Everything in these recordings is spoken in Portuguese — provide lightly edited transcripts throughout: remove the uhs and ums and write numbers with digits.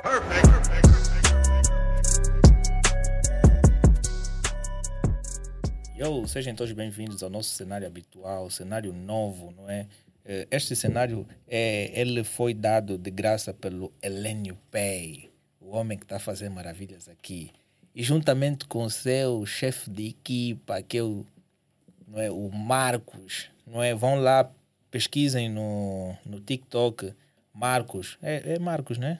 Sejam todos bem-vindos ao nosso cenário habitual, cenário novo, não é? Este cenário, ele foi dado de graça pelo Elenio Pay, o homem que está a fazer maravilhas aqui. E juntamente com o seu chefe de equipa, que é não é, o Marcos, não é? Vão lá, pesquisem no TikTok, Marcos. É Marcos, né?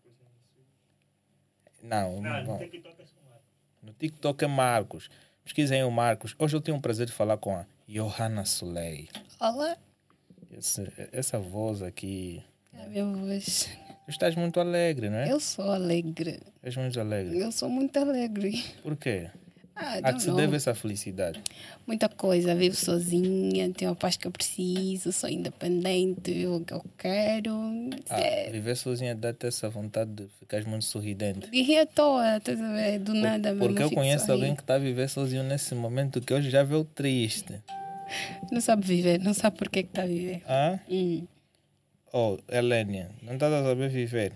Não, no TikTok é só Marcos. No TikTok é Marcos. Pesquisem o Marcos. Hoje eu tenho o prazer de falar com a Johanna Soleil. Olá. Essa voz aqui... É a minha voz. Tu estás muito alegre, não é? Eu sou alegre. És muito alegre. Eu sou muito alegre. Por quê? A que se deve essa felicidade? Muita coisa. Vivo sozinha, tenho a paz que eu preciso, sou independente, vivo o que eu quero. Viver sozinha dá-te essa vontade de ficar muito sorridente. De rir à toa, estás a ver? Do nada mesmo. Porque eu conheço sorrir. alguém que está a viver sozinho nesse momento que hoje já veio triste. Não sabe viver, não sabe por que está a viver. Oh, Helênia, não estás a saber viver?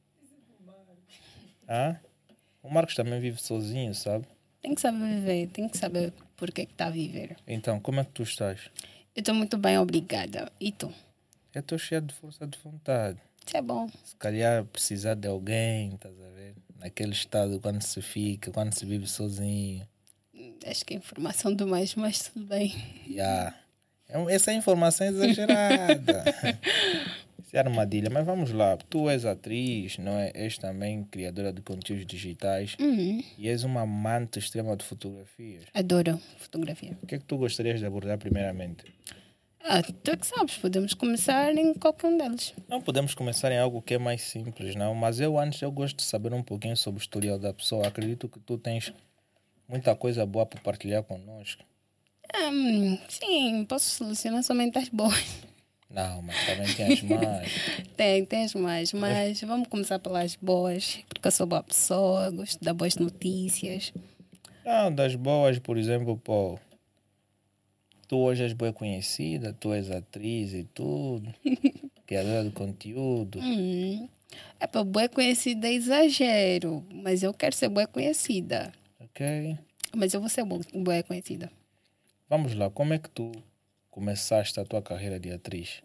O Marcos também vive sozinho, sabe? Tem que saber viver, tem que saber por que está a viver. Então, como é que tu estás? Eu estou muito bem, obrigada. E tu? Eu estou cheio de força de vontade. Isso é bom. Se calhar precisar de alguém, estás a ver? Naquele estado quando se vive sozinho. Acho que é informação demais, mas tudo bem. Essa informação é exagerada. Isso é armadilha. Mas vamos lá. Tu és atriz, não é? És também criadora de conteúdos digitais. E és uma amante extrema de fotografias. Adoro fotografia. O que é que tu gostarias de abordar primeiramente? Tu é que sabes. Podemos começar em qualquer um deles. Não podemos começar em algo que é mais simples, não? Mas eu gosto de saber um pouquinho sobre o historial da pessoa. Acredito que tu tens muita coisa boa para partilhar connosco. Sim, posso selecionar somente as boas. Não, mas também tem as más. Tem as más, mas vamos começar pelas boas, porque eu sou boa pessoa, gosto de dar boas notícias. Não, das boas, por exemplo, pô, tu hoje és boa conhecida, tu és atriz e tudo, criadora de conteúdo. Para boa conhecida é exagero, mas eu quero ser boa conhecida. Ok. Mas eu vou ser boa conhecida. Vamos lá, como é que tu começaste a tua carreira de atriz?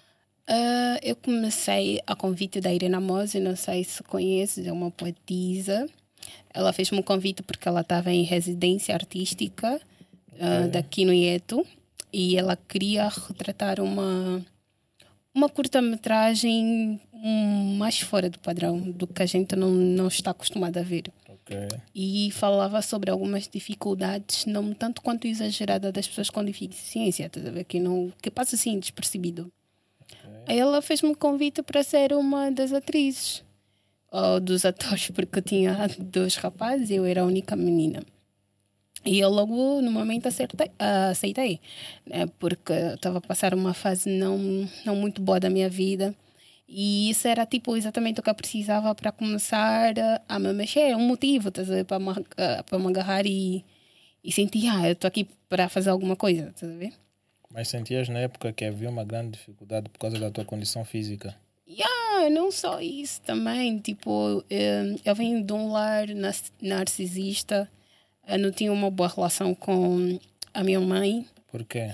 Eu comecei a convite da Irena Mose, não sei se conheces, é uma poetisa. Ela fez-me um convite porque ela estava em residência artística daqui no IETO e ela queria retratar uma curta-metragem mais fora do padrão, do que a gente não está acostumado a ver. Okay. E falava sobre algumas dificuldades, não tanto quanto exagerada, das pessoas com deficiência, tá a ver? Que passa assim despercebido. Okay. Aí ela fez-me um convite para ser uma das atrizes, ou dos atores, porque tinha 2 rapazes e eu era a única menina. E eu logo, no momento, aceitei, né? Porque eu estava a passar uma fase não muito boa da minha vida. E isso era exatamente o que eu precisava para começar a me mexer, um motivo, tá, para me agarrar e sentir, eu estou aqui para fazer alguma coisa, tá, a ver? Mas sentias na época que havia uma grande dificuldade por causa da tua condição física? Não só isso também, eu venho de um lar narcisista, eu não tinha uma boa relação com a minha mãe. Por quê?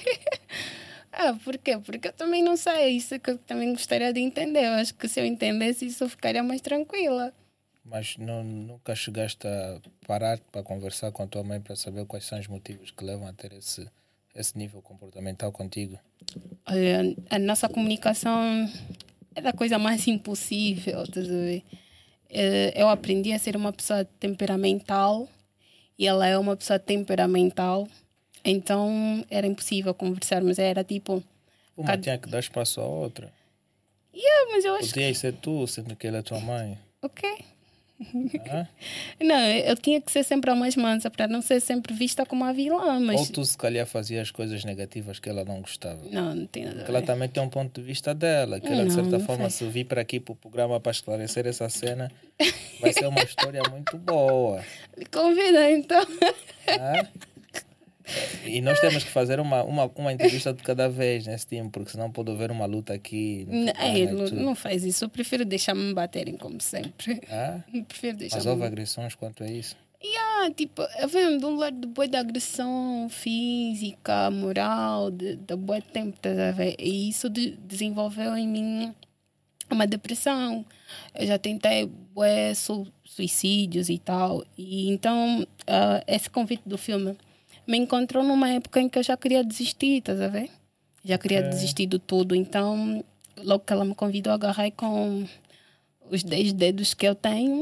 Por quê? Porque eu também não sei. Isso é que eu também gostaria de entender. Eu acho que se eu entendesse isso, eu ficaria mais tranquila. Mas nunca chegaste a parar para conversar com a tua mãe para saber quais são os motivos que levam a ter esse nível comportamental contigo? Olha, a nossa comunicação é da coisa mais impossível. Tá a ver? Eu aprendi a ser uma pessoa temperamental e ela é uma pessoa temperamental. Então era impossível conversarmos, era tipo... Uma tinha que dar espaço à outra. Mas eu acho Podias ser tu, sendo que ela é tua mãe. Ok. Não, eu tinha que ser sempre a mais mansa para não ser sempre vista como a vilã. Mas... Ou tu se calhar fazias coisas negativas que ela não gostava. Não tem nada a ver. Porque ela também tem um ponto de vista dela. Que ela, de certa forma, se vir para aqui para o programa para esclarecer essa cena, vai ser uma história muito boa. Me convida então. E nós temos que fazer uma entrevista de cada vez nesse tempo, porque senão pode haver uma luta aqui. Não faz isso. Eu prefiro deixar-me baterem, como sempre. Ah? Prefiro deixar. Mas houve agressões quanto a isso? Tipo, vem de um lado de boa da agressão física, moral, de boa tempo, estás a ver? E isso desenvolveu em mim uma depressão. Eu já tentei bué suicídios e tal. E então, esse convite do filme me encontrou numa época em que eu já queria desistir, estás a ver? Já queria desistir de tudo. Então, logo que ela me convidou, agarrei com os 10 dedos que eu tenho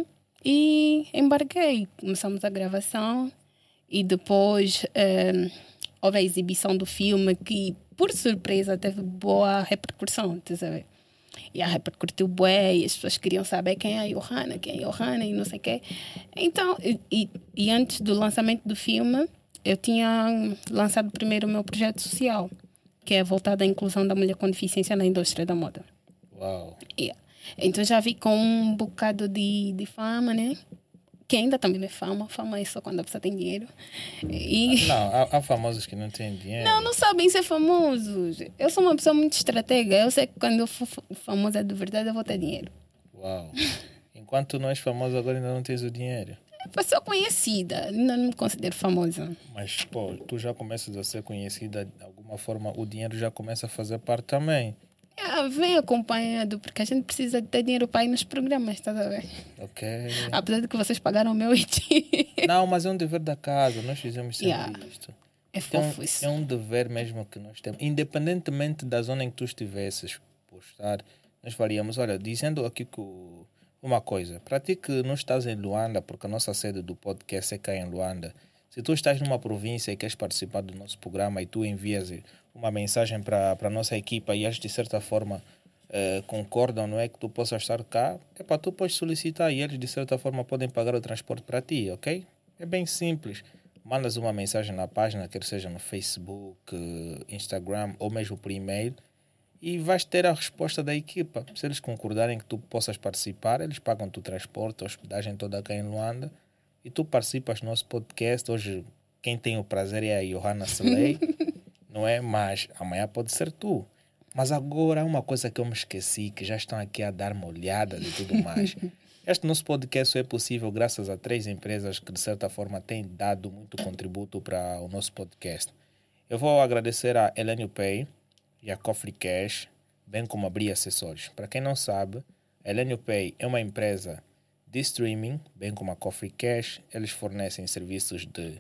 e embarquei. Começamos a gravação e depois houve a exibição do filme que, por surpresa, teve boa repercussão, estás a ver? E a repercutiu bué e as pessoas queriam saber quem é a Johanna e não sei o quê. Então, e antes do lançamento do filme, eu tinha lançado primeiro o meu projeto social, que é voltado à inclusão da mulher com deficiência na indústria da moda. Uau! Yeah. Então já vi com um bocado de fama, né? Que ainda também não é fama. Fama é só quando a pessoa tem dinheiro. Não, há famosos que não têm dinheiro. Não sabem ser famosos. Eu sou uma pessoa muito estratega. Eu sei que quando eu for famosa de verdade, eu vou ter dinheiro. Uau! Enquanto tu não és famoso, agora ainda não tens o dinheiro. Eu pessoa conhecida. Ainda não me considero famosa. Mas, pô, tu já começas a ser conhecida de alguma forma, o dinheiro já começa a fazer parte também. Vem acompanhado, porque a gente precisa ter dinheiro para ir nos programas, estás a ver? Ok. Apesar de que vocês pagaram o meu IT. Não, mas é um dever da casa, nós fizemos sempre isto. É Então, fofo isso. é um dever mesmo que nós temos. Independentemente da zona em que tu estivesses por estar, nós faríamos, olha, dizendo aqui que uma coisa, para ti que não estás em Luanda, porque a nossa sede do podcast é cá em Luanda, se tu estás numa província e queres participar do nosso programa e tu envias uma mensagem para a nossa equipa e eles de certa forma concordam, não é, que tu possas estar cá, tu podes solicitar e eles de certa forma podem pagar o transporte para ti, ok? É bem simples. Mandas uma mensagem na página, quer seja no Facebook, Instagram ou mesmo por e-mail, e vais ter a resposta da equipa. Se eles concordarem que tu possas participar, eles pagam-te o transporte, a hospedagem toda cá em Luanda, e tu participas do nosso podcast. Hoje quem tem o prazer é a Johanna Slay, não é? Mas amanhã pode ser tu. Mas agora há uma coisa que eu me esqueci, que já estão aqui a dar-me olhadas e tudo mais. Este nosso podcast só é possível graças a 3 empresas que de certa forma têm dado muito contributo para o nosso podcast. Eu vou agradecer a Elenio Pay e a Coffee Cash, bem como a Bria Acessórios. Para quem não sabe, a Elenio Pay é uma empresa de streaming, bem como a Coffee Cash. Eles fornecem serviços de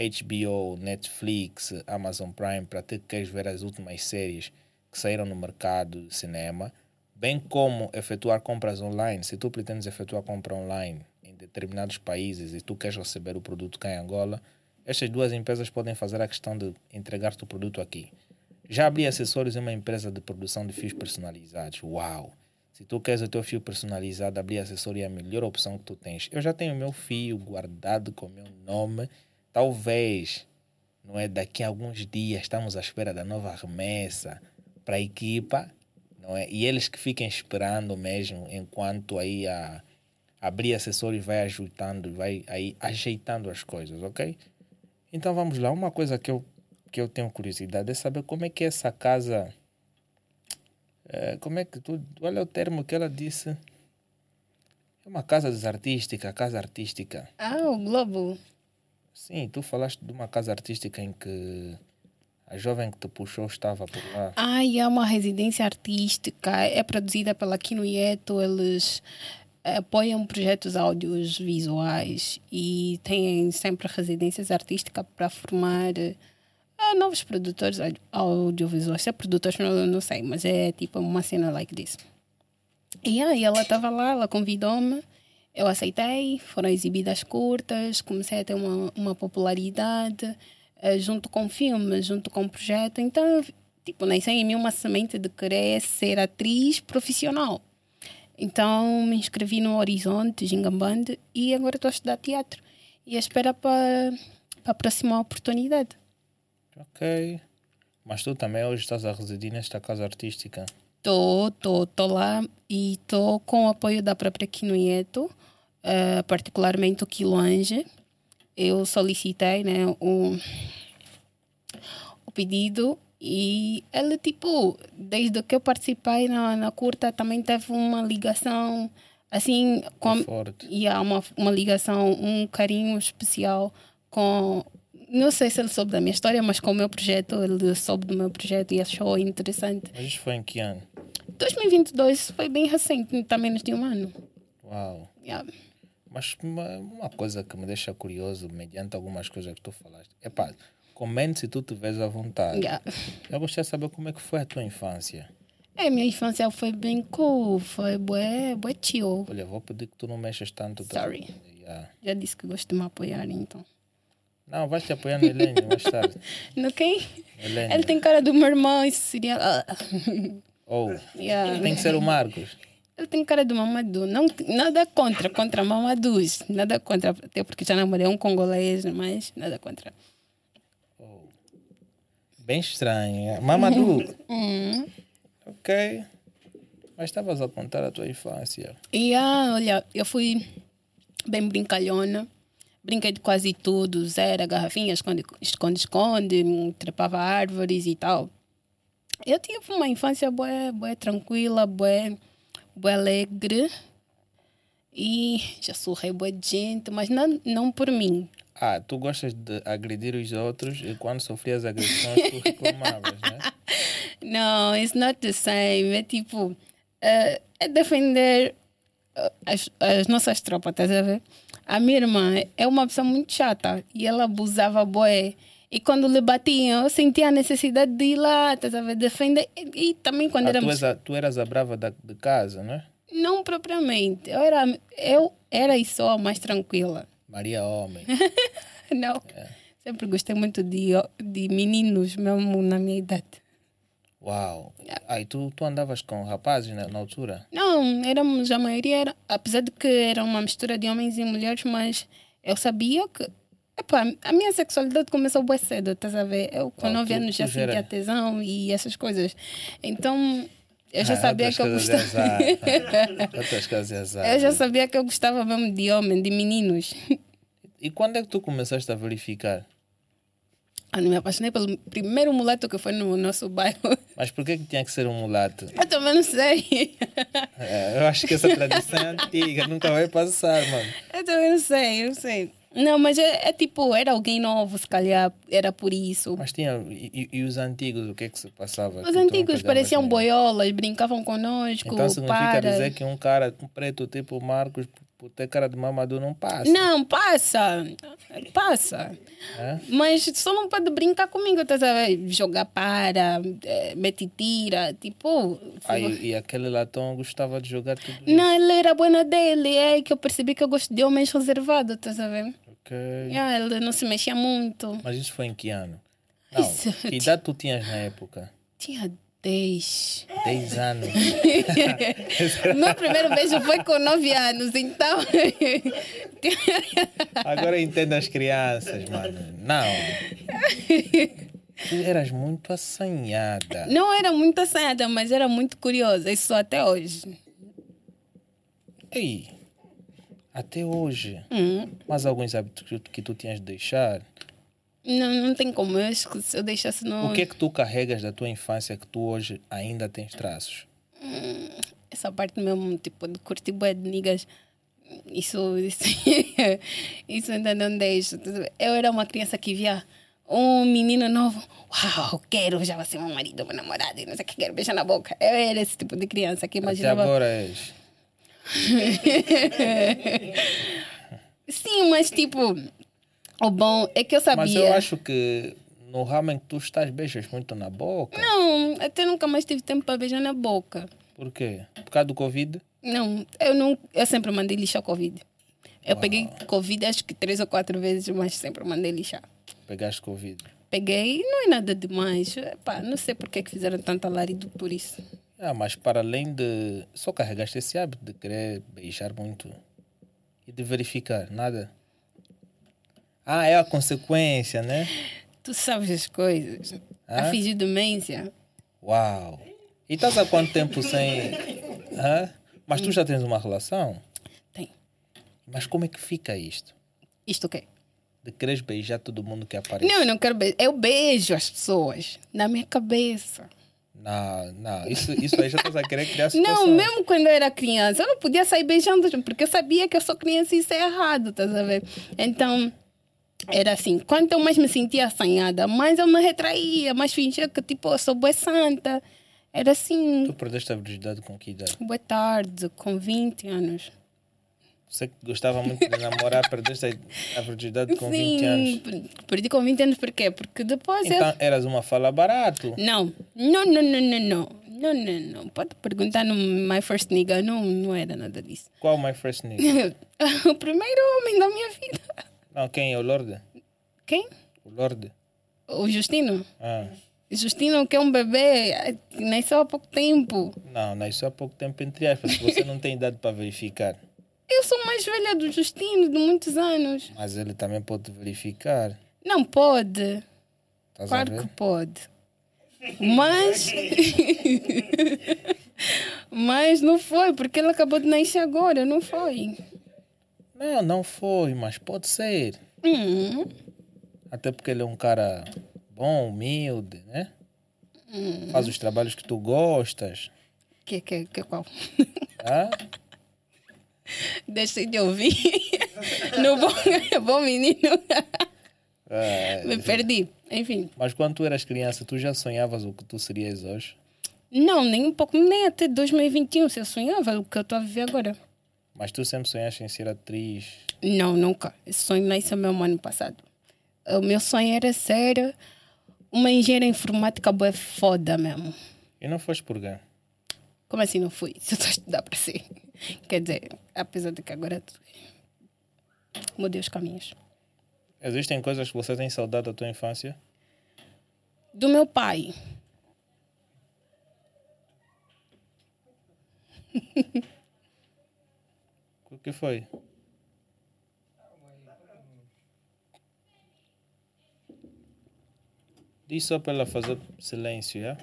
HBO, Netflix, Amazon Prime, para ti que queres ver as últimas séries que saíram no mercado de cinema, bem como efetuar compras online. Se tu pretendes efetuar compra online em determinados países e tu queres receber o produto cá em Angola, estas 2 empresas podem fazer a questão de entregar-te o produto aqui. Já a Bria Acessórios é uma empresa de produção de fios personalizados. Uau! Se tu queres o teu fio personalizado, a Bria Acessórios é a melhor opção que tu tens. Eu já tenho o meu fio guardado com o meu nome. Talvez, não é, daqui a alguns dias estamos à espera da nova remessa para a equipa, não é? E eles que fiquem esperando mesmo, enquanto aí a Bria Acessórios vai ajeitando, vai aí ajeitando as coisas, ok? Então vamos lá. Uma coisa que eu tenho curiosidade é saber como é que é essa casa. Como é que tu. Olha o termo que ela disse. É uma casa desartística, casa artística. O Globo. Sim, tu falaste de uma casa artística em que a jovem que te puxou estava por lá. É uma residência artística. É produzida pela Quinoieto. Eles apoiam projetos audiovisuais e têm sempre residências artísticas para formar novos produtores audiovisuais. Se é produtores, não sei, mas é tipo uma cena like this. E ela estava lá, ela convidou-me, eu aceitei, foram exibidas curtas, comecei a ter uma popularidade junto com o filme, junto com o projeto. Então, tipo, nasceu em mim uma semente de querer ser atriz profissional. Então, me inscrevi no Horizonte, Gingamband, e agora estou a estudar teatro. E à espera para a próxima oportunidade. Ok. Mas tu também hoje estás a residir nesta casa artística? Estou lá e estou com o apoio da própria Quinoieto, particularmente o Quiloange. Eu solicitei, né, o pedido. E ele, tipo, desde que eu participei na curta, também teve uma ligação, assim, com, Forte. e há uma ligação, um carinho especial com. Não sei se ele soube da minha história, mas com o meu projeto, ele soube do meu projeto e achou interessante. Mas isso foi em que ano? 2022 foi bem recente, tá menos de um ano. Uau. Yeah. Mas uma coisa que me deixa curioso, mediante algumas coisas que tu falaste, é pá, comente se tu tiveres à vontade. Yeah. Eu gostaria de saber como é que foi a tua infância. Minha infância foi bem cool, foi bué chill. Olha, vou pedir que tu não mexas tanto. Sorry. Yeah. Já disse que gosto de me apoiar, então. Não, vais te apoiar no Helênio mais tarde. No quem? Helênio. Ele tem cara do meu irmão, isso seria. Oh, Yeah. tem que ser o Marcos. Ele tem cara do Mamadou. Não, nada contra Mamadous. Nada contra, até porque já namorei um congolês, mas nada contra. Bem estranho. Mamadou. Ok. Mas estavas a contar a tua infância. Olha, eu fui bem brincalhona. Brinquei de quase tudo. Zero, garrafinha, esconde-esconde, trepava árvores e tal. Eu tive uma infância bué tranquila, bué alegre. E já surrei bué de gente, mas não por mim. Ah, tu gostas de agredir os outros e quando sofrias agressões tu reclamavas, né? Não, it's not the same. É tipo, é defender as nossas tropas, estás a ver? A minha irmã é uma pessoa muito chata e ela abusava bué. E quando lhe batiam, eu sentia a necessidade de ir lá, estás a ver? Defender. E também quando éramos... Tu eras a brava de casa, né? Não propriamente. Eu era e só a mais tranquila. Maria Homem. Não. Sempre gostei muito de meninos, mesmo na minha idade. Uau. E tu andavas com rapazes na altura? Não, éramos, a maioria era, apesar de que era uma mistura de homens e mulheres, mas eu sabia que, a minha sexualidade começou bem cedo, estás a ver? Eu com 9 anos já sentia tesão e essas coisas. Então, eu já sabia que eu gostava. Eu já sabia que eu gostava mesmo de homem, de meninos. E quando é que tu começaste a verificar? Eu me apaixonei pelo primeiro mulato que foi no nosso bairro. Mas por que tinha que ser um mulato? Eu também não sei. Eu acho que essa tradição é antiga, nunca vai passar, mano. Eu também não sei. Não, mas é tipo, era alguém novo, se calhar, era por isso. Mas tinha. E os antigos, o que é que se passava? Os antigos pareciam boiolas, brincavam conosco. Então significa dizer que um cara preto tipo Marcos, por ter cara de Mamadou, não passa? Não, passa. É? Mas só não pode brincar comigo, tá sabendo? Jogar mete tira, tipo... E aquele latão gostava de jogar tudo isso? Não, ele era buena dele, é que eu percebi que eu gosto de homens reservados, tá sabendo? Ok. Ele não se mexia muito. Mas isso foi em que ano? Não, que idade tu tinhas na época? Tinha 10. 10 anos. Meu primeiro beijo foi com 9 anos, então... Agora entendo as crianças, mano. Não. Tu eras muito assanhada. Não era muito assanhada, mas era muito curiosa. Isso até hoje. Ei, até hoje. Mas alguns hábitos que tu tinhas de deixar? Não tem como. Eu acho que se eu deixasse não... O que é que tu carregas da tua infância que tu hoje ainda tens traços? Essa parte mesmo, tipo, de curtir bué de niggas, isso ainda não deixo. Eu era uma criança que via um menino novo, uau, quero, já vai ser meu marido, meu namorado, e não sei o que, quero beijar na boca. Eu era esse tipo de criança que imaginava... Até agora és. Sim, mas tipo... O bom é que eu sabia. Mas eu acho que no ramo em que tu estás, beijas muito na boca. Não, até nunca mais tive tempo para beijar na boca. Por quê? Por causa do Covid? Não, eu sempre mandei lixar Covid. Eu peguei Covid acho que 3 ou 4 vezes, mas sempre mandei lixar. Pegaste Covid? Peguei e não é nada demais. Não sei por que fizeram tanto alarido por isso. Mas para além de... Só carregaste esse hábito de querer beijar muito e de verificar, nada? É a consequência, né? Tu sabes as coisas. A fingir demência. Uau! E estás há quanto tempo sem... Mas tu já tens uma relação? Tem. Mas como é que fica isto? Isto o quê? De queres beijar todo mundo que aparece. Não, eu não quero beijar. Eu beijo as pessoas na minha cabeça. Não, isso aí já estás a querer criar situação. Não, mesmo quando eu era criança, eu não podia sair beijando, porque eu sabia que eu sou criança e isso é errado, estás a ver? Então, era assim, quanto eu mais me sentia assanhada, mais eu me retraía, mais fingia que, tipo, eu sou bué santa. Era assim, Tu perdeste a virgindade com que idade? bué tarde, com 20 anos. Você que gostava muito de namorar, perdeste a virgindade com 20 anos. Sim, perdi com 20 anos por quê? Porque depois Então eras uma fala barato. Não. Pode perguntar no My First Nigga. Não era nada disso. Qual my first nigga? O primeiro homem da minha vida. Não, quem é o Lorde? Quem? O Lorde. O Justino. Ah. Justino, que é um bebê, nasceu há pouco tempo. Não, nasceu há pouco tempo, entre aspas. Você não tem idade para verificar. Eu sou mais velha do Justino, de muitos anos. Mas ele também pode verificar. Não pode. Estás Claro a ver? que pode. Mas... Mas não foi, porque ele acabou de nascer agora, não foi. Não foi, mas pode ser. Até porque ele é um cara bom, humilde, né? Faz os trabalhos que tu gostas. Que qual? Tá? Deixei de ouvir. No bom menino. Me perdi. Enfim. Mas quando tu eras criança, tu já sonhavas o que tu serias hoje? Não, nem um pouco. Nem até 2021 se eu sonhava o que eu estou a viver agora. Mas tu sempre sonhaste em ser atriz? Não, nunca. Esse sonho nasceu mesmo ano passado. O meu sonho era ser uma engenheira informática boa foda mesmo. E não foste por quê? Como assim não fui? Se eu estou a estudar para ser. Quer dizer, apesar de que agora mudei os caminhos. Existem coisas que você tem saudade da tua infância? Do meu pai. O que foi? Diz só para ela fazer silêncio, já?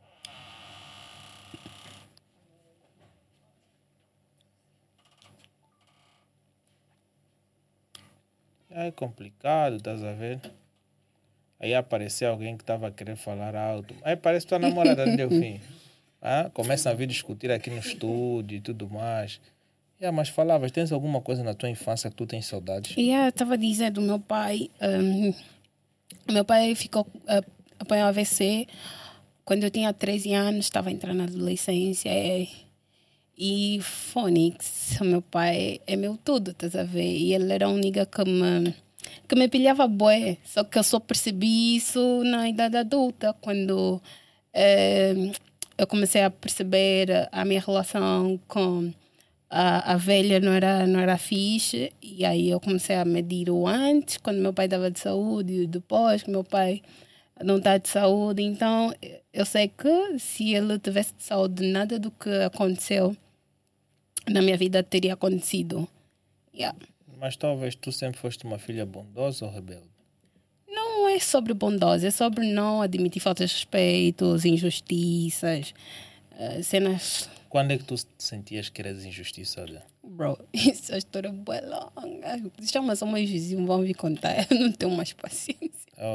É complicado, estás a ver? Aí apareceu alguém que estava a querer falar alto. Aí parece tua namorada, não deu fim. Começam a vir discutir aqui no estúdio e tudo mais. Mas falavas, tens alguma coisa na tua infância que tu tens saudades? Estava a dizer do meu pai. Meu pai ficou apanhou AVC quando eu tinha 13 anos, estava entrando na adolescência. E Phonics, meu pai é meu tudo, estás a ver? E ele era um nigga que me pilhava bué. Só que eu só percebi isso na idade adulta, quando eu comecei a perceber a minha relação com a velha não era fixe. E aí eu comecei a medir o antes, quando meu pai estava de saúde, e depois que meu pai não está de saúde. Então eu sei que se ele tivesse de saúde, nada do que aconteceu na minha vida teria acontecido. Mas talvez tu sempre foste uma filha bondosa ou rebelde? Não é sobre bondosa, é sobre não admitir faltas de respeito, injustiças, cenas. Quando é que tu sentias que eras injustiçada? Bro, essa história é boa longa. Chama só mais vizinho, vão me contar. Eu não tenho mais paciência.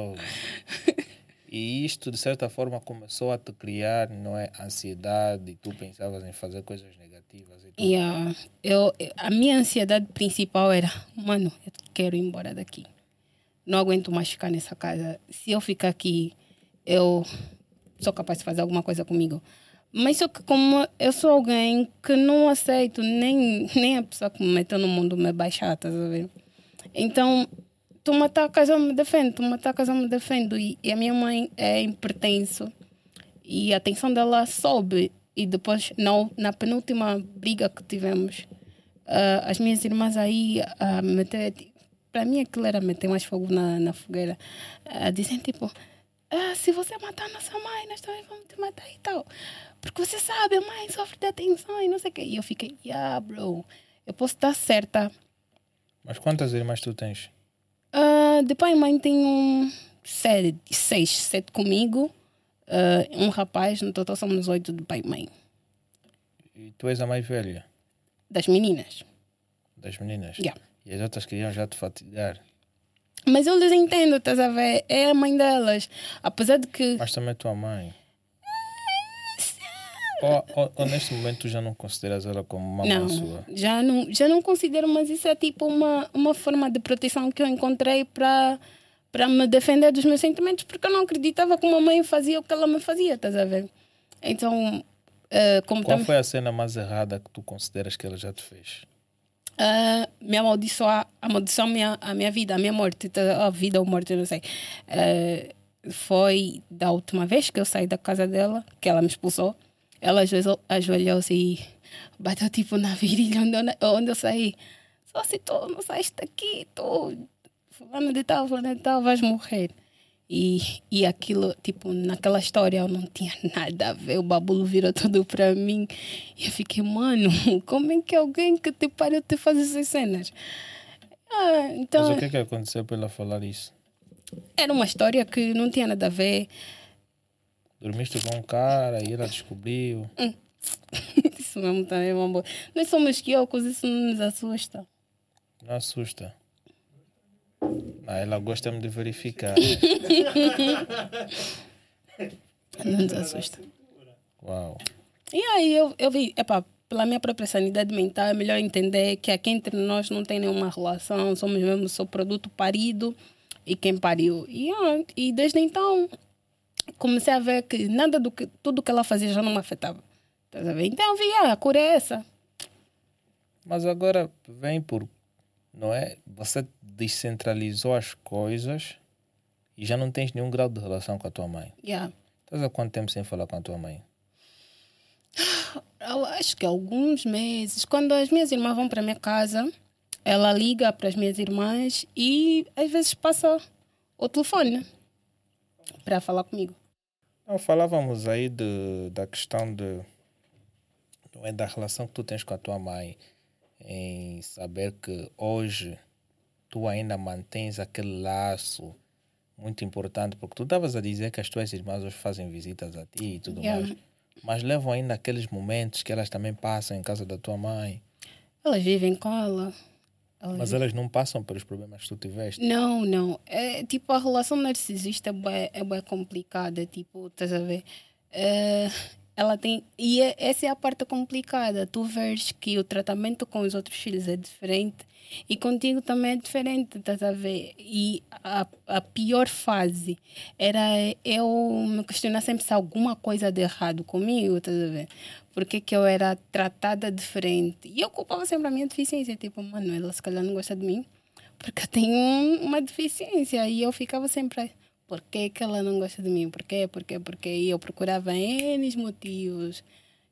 E isto, de certa forma, começou a te criar, não é, ansiedade, e tu pensavas em fazer coisas negativas e tudo. A minha ansiedade principal era, mano, eu quero ir embora daqui. Não aguento mais ficar nessa casa. Se eu ficar aqui, eu sou capaz de fazer alguma coisa comigo. Mas só que como eu sou alguém que não aceito nem a pessoa que me meteu no mundo me baixar, estás a ver? Então, tu me atacas, eu me defendo. Tu me atacas, eu me defendo. E a minha mãe é hipertenso. E a tensão dela sobe. E depois, na penúltima briga que tivemos, as minhas irmãs aí meter... Para mim, aquilo era meter mais fogo na fogueira. Dizem tipo... se você matar nossa mãe, nós também vamos te matar e tal. Porque você sabe, a mãe sofre de atenção e não sei o quê. E eu fiquei, bro, eu posso estar certa. Mas quantas irmãs tu tens? De pai e mãe tenho 7 comigo. Um rapaz, no total somos 8 de pai e mãe. E tu és a mais velha? Das meninas. Das meninas? Yeah. E as outras queriam já te fatigar? Mas eu lhes entendo, estás a ver? É a mãe delas. Apesar de que. Mas também tua mãe. Ou neste momento tu já não consideras ela como uma mãe Não, sua? já não considero, mas isso é tipo uma forma de proteção que eu encontrei para me defender dos meus sentimentos, porque eu não acreditava que uma mãe fazia o que ela me fazia, estás a ver? Então, como Qual foi a cena mais errada que tu consideras que ela já te fez? me amaldiçoou a minha vida, a minha morte, a vida ou morte, eu não sei. Foi da última vez que eu saí da casa dela, que ela me expulsou. Ela ajoelhou-se e bateu tipo na virilha onde eu saí. Só se tu não saíste daqui, tu, fulano de tal, vais morrer. E aquilo, tipo, naquela história eu não tinha nada a ver. O babulo virou tudo para mim. E eu fiquei, mano, como é que alguém que te pariu te faz essas cenas? Então, Mas o que aconteceu para ela falar isso? era uma história que não tinha nada a ver. Dormiste com um cara e ela descobriu. Isso mesmo também é uma boa. Nós somos quiocos, isso não nos assusta. Não assusta. Ela gosta-me de verificar. Não nos assusta. Uau. E aí eu vi, pela minha própria sanidade mental, é melhor entender que aqui entre nós não tem nenhuma relação, somos mesmo só produto parido e quem pariu. E desde então comecei a ver que tudo que ela fazia já não me afetava. Tá a ver? Então eu vi, a cura é essa. Mas agora vem por, não é? Você descentralizou as coisas e já não tens nenhum grau de relação com a tua mãe. Yeah. Estás há quanto tempo sem falar com a tua mãe? Eu acho que alguns meses. Quando as minhas irmãs vão para minha casa, ela liga para as minhas irmãs e às vezes passa o telefone para falar comigo. Não, falávamos aí da questão não é, da relação que tu tens com a tua mãe, em saber que hoje tu ainda mantens aquele laço muito importante, porque tu estavas a dizer que as tuas irmãs hoje fazem visitas a ti e tudo Yeah. mais, mas levam ainda aqueles momentos que elas também passam em casa da tua mãe, Elas vivem com ela. mas elas não passam pelos problemas que tu tiveste. Não, não. É tipo, a relação narcisista é bué complicada. Tipo, estás a ver? Ela tem. Essa é a parte complicada. Tu vês que o tratamento com os outros filhos é diferente e contigo também é diferente, estás a ver? E a pior fase era eu me questionar sempre se há alguma coisa de errado comigo, estás a ver? Porque que eu era tratada diferente. E eu culpava sempre a minha deficiência. Tipo, mano, ela se calhar não gosta de mim porque eu tenho uma deficiência. E eu ficava sempre, por que que ela não gosta de mim? Por quê? E eu procurava N motivos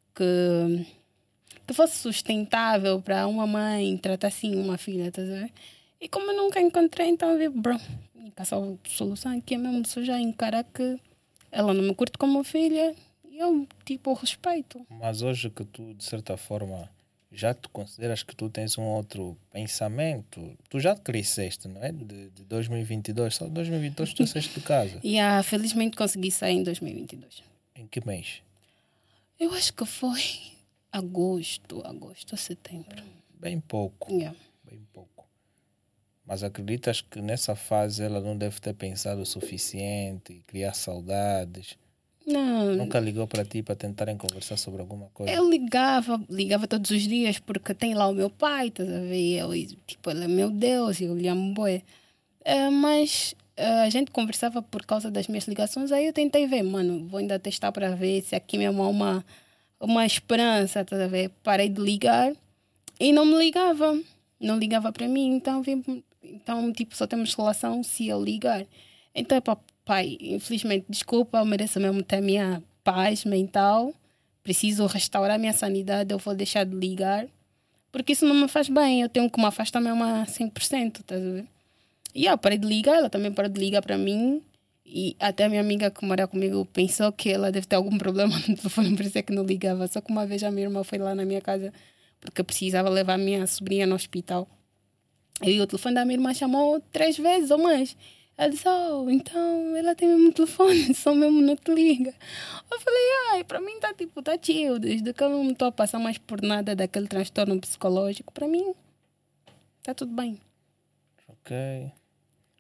que fosse sustentável para uma mãe tratar assim uma filha, tá a ver? E como eu nunca encontrei, então eu vi, bro, a solução aqui é mesmo só já encarar que ela não me curte como filha e eu, tipo, respeito. Mas hoje que tu, de certa forma, já te consideras que tu tens um outro pensamento, tu já cresceste, não é? De 2022, só 2022 tu saíste de casa. E felizmente consegui sair em 2022. Em que mês? Eu acho que foi agosto, setembro. Bem pouco, Yeah. bem pouco. Mas acreditas que nessa fase ela não deve ter pensado o suficiente, criar saudades? Não, Nunca ligou para ti para tentarem conversar sobre alguma coisa? eu ligava todos os dias porque tem lá o meu pai, estás a ver? Tipo, ele é meu Deus, eu lhe amo bué. Mas a gente conversava por causa das minhas ligações, aí eu tentei ver, mano, vou ainda testar para ver se aqui mesmo há uma esperança, estás a ver? Parei de ligar e não me ligava. Não ligava para mim, então tipo, só temos relação se eu ligar. Então, pai, infelizmente, desculpa, eu mereço mesmo ter a minha paz mental. Preciso restaurar a minha sanidade, eu vou deixar de ligar. Porque isso não me faz bem, eu tenho que me afastar mesmo a 100%, estás a ver? E eu parei de ligar, ela também parou de ligar para mim. E até a minha amiga que mora comigo pensou que ela deve ter algum problema no telefone, por isso é que não ligava. Só que uma vez a minha irmã foi lá na minha casa porque precisava levar a minha sobrinha no hospital. E o telefone da minha irmã chamou 3 vezes ou mais. Ela disse, então ela tem mesmo telefone, só mesmo não te liga. Eu falei, para mim tá chill, desde que eu não estou a passar mais por nada daquele transtorno psicológico, para mim tá tudo bem. Ok.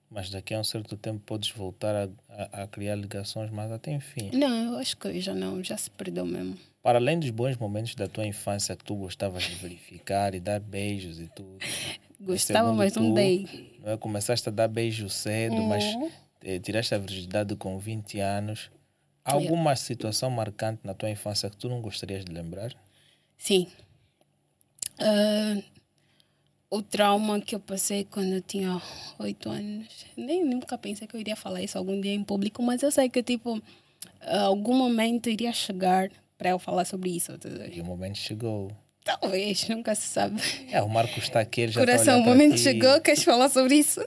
Mas daqui a um certo tempo podes voltar a criar ligações, mas até enfim. Não, eu acho que já se perdeu mesmo. Para além dos bons momentos da tua infância que tu gostavas de verificar e dar beijos e tudo. Gostava, segundo mas não tu, dei. não é? Começaste a dar beijo cedo, mas tiraste a virgindade com 20 anos. Há alguma situação marcante na tua infância que tu não gostarias de lembrar? Sim. O trauma que eu passei quando eu tinha 8 anos. Nunca pensei que eu iria falar isso algum dia em público, mas eu sei que, tipo, algum momento iria chegar para eu falar sobre isso. E o momento chegou. Talvez, nunca se sabe. O Marcos está aqui, ele já Coração, o está momento chegou, queres falar sobre isso?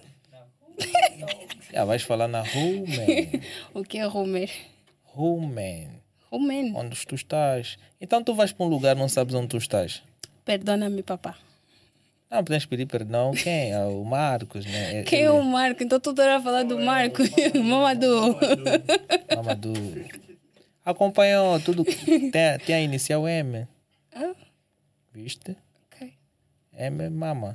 Vais falar na Rumen. O que é Homer? Rumen. Rumen. Onde tu estás. Então tu vais para um lugar não sabes onde tu estás. Perdona-me, papá. Não, podemos pedir perdão. Quem? É o Marcos, né? Quem é o Marco? Então tu era falar do Marco. Mamadou. Mamadou. Acompanhou tudo. Tem a inicial M. Viste? Ok. M, mama.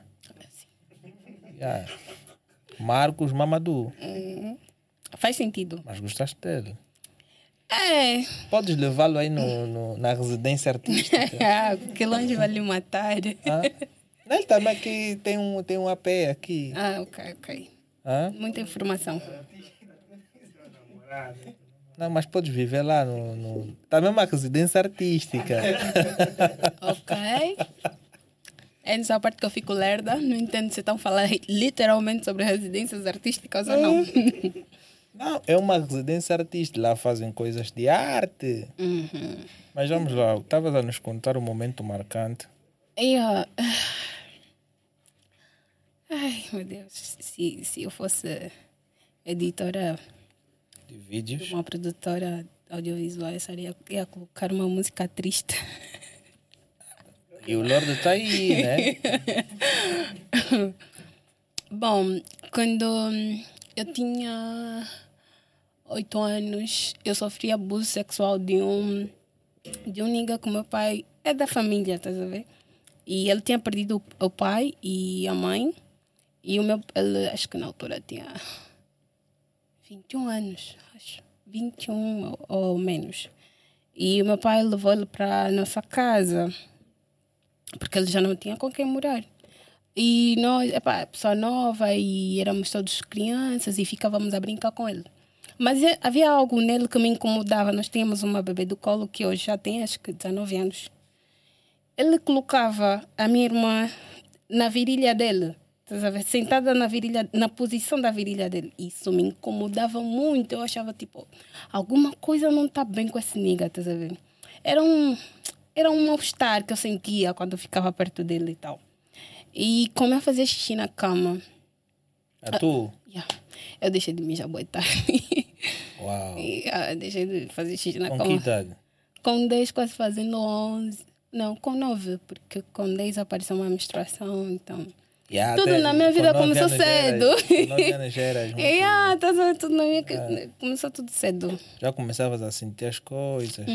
Marcos Mamadou. Faz sentido. Mas gostaste dele? Podes levá-lo aí na residência artística. Que longe vai lhe matar. Ele também aqui tem um AP aqui. Ok. Muita informação. Não, mas podes viver lá também uma residência artística. Ok. É nessa parte que eu fico lerda. Não entendo se estão falando literalmente sobre residências artísticas ou não. Não, é uma residência artística. Lá fazem coisas de arte. Mas vamos lá. Estavas a nos contar um momento marcante. Ai, meu Deus. Se eu fosse editora de vídeos, de uma produtora audiovisual, eu ia colocar uma música triste. E o Lorde está aí, né? Bom, quando eu tinha 8 anos, eu sofri abuso sexual de um nigga que meu pai é da família, tá a ver? E ele tinha perdido o pai e a mãe. E ele, acho que na altura tinha 21 anos, acho. 21 ou menos. E o meu pai levou ele para a nossa casa, porque ele já não tinha com quem morar. E nós, pessoa nova, e éramos todos crianças e ficávamos a brincar com ele. Mas havia algo nele que me incomodava. Nós tínhamos uma bebê do colo que hoje já tem, acho que 19 anos. Ele colocava a minha irmã na virilha dele, sentada na posição da virilha dele. Isso me incomodava muito. Eu achava, tipo, alguma coisa não está bem com esse nigga, tá a ver? Era um mal-estar que eu sentia quando eu ficava perto dele e tal. E como eu fazia xixi na cama... tu? Eu deixei de mijar boa tarde. Uau! Deixei de fazer xixi na cama. Com que idade? Com 10, quase fazendo 11. Não, com 9, porque com 10 apareceu uma menstruação, então... tudo na minha vida começou cedo. Tudo na minha começou tudo cedo. Já começavas a sentir as coisas.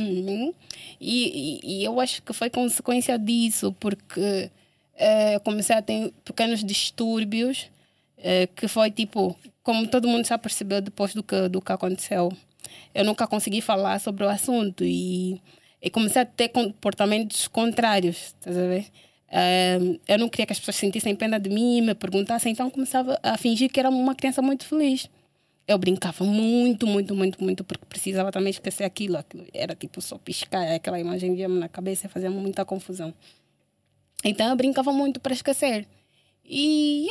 E eu acho que foi consequência disso, porque eu comecei a ter pequenos distúrbios, que foi tipo, como todo mundo já percebeu depois do que aconteceu. Eu nunca consegui falar sobre o assunto e comecei a ter comportamentos contrários, estás a ver? Eu não queria que as pessoas sentissem pena de mim, me perguntassem, então começava a fingir que era uma criança muito feliz. Eu brincava muito, porque precisava também esquecer aquilo. Aquilo era tipo só piscar, aquela imagem vinha-me na cabeça e fazia muita confusão. Então eu brincava muito para esquecer. E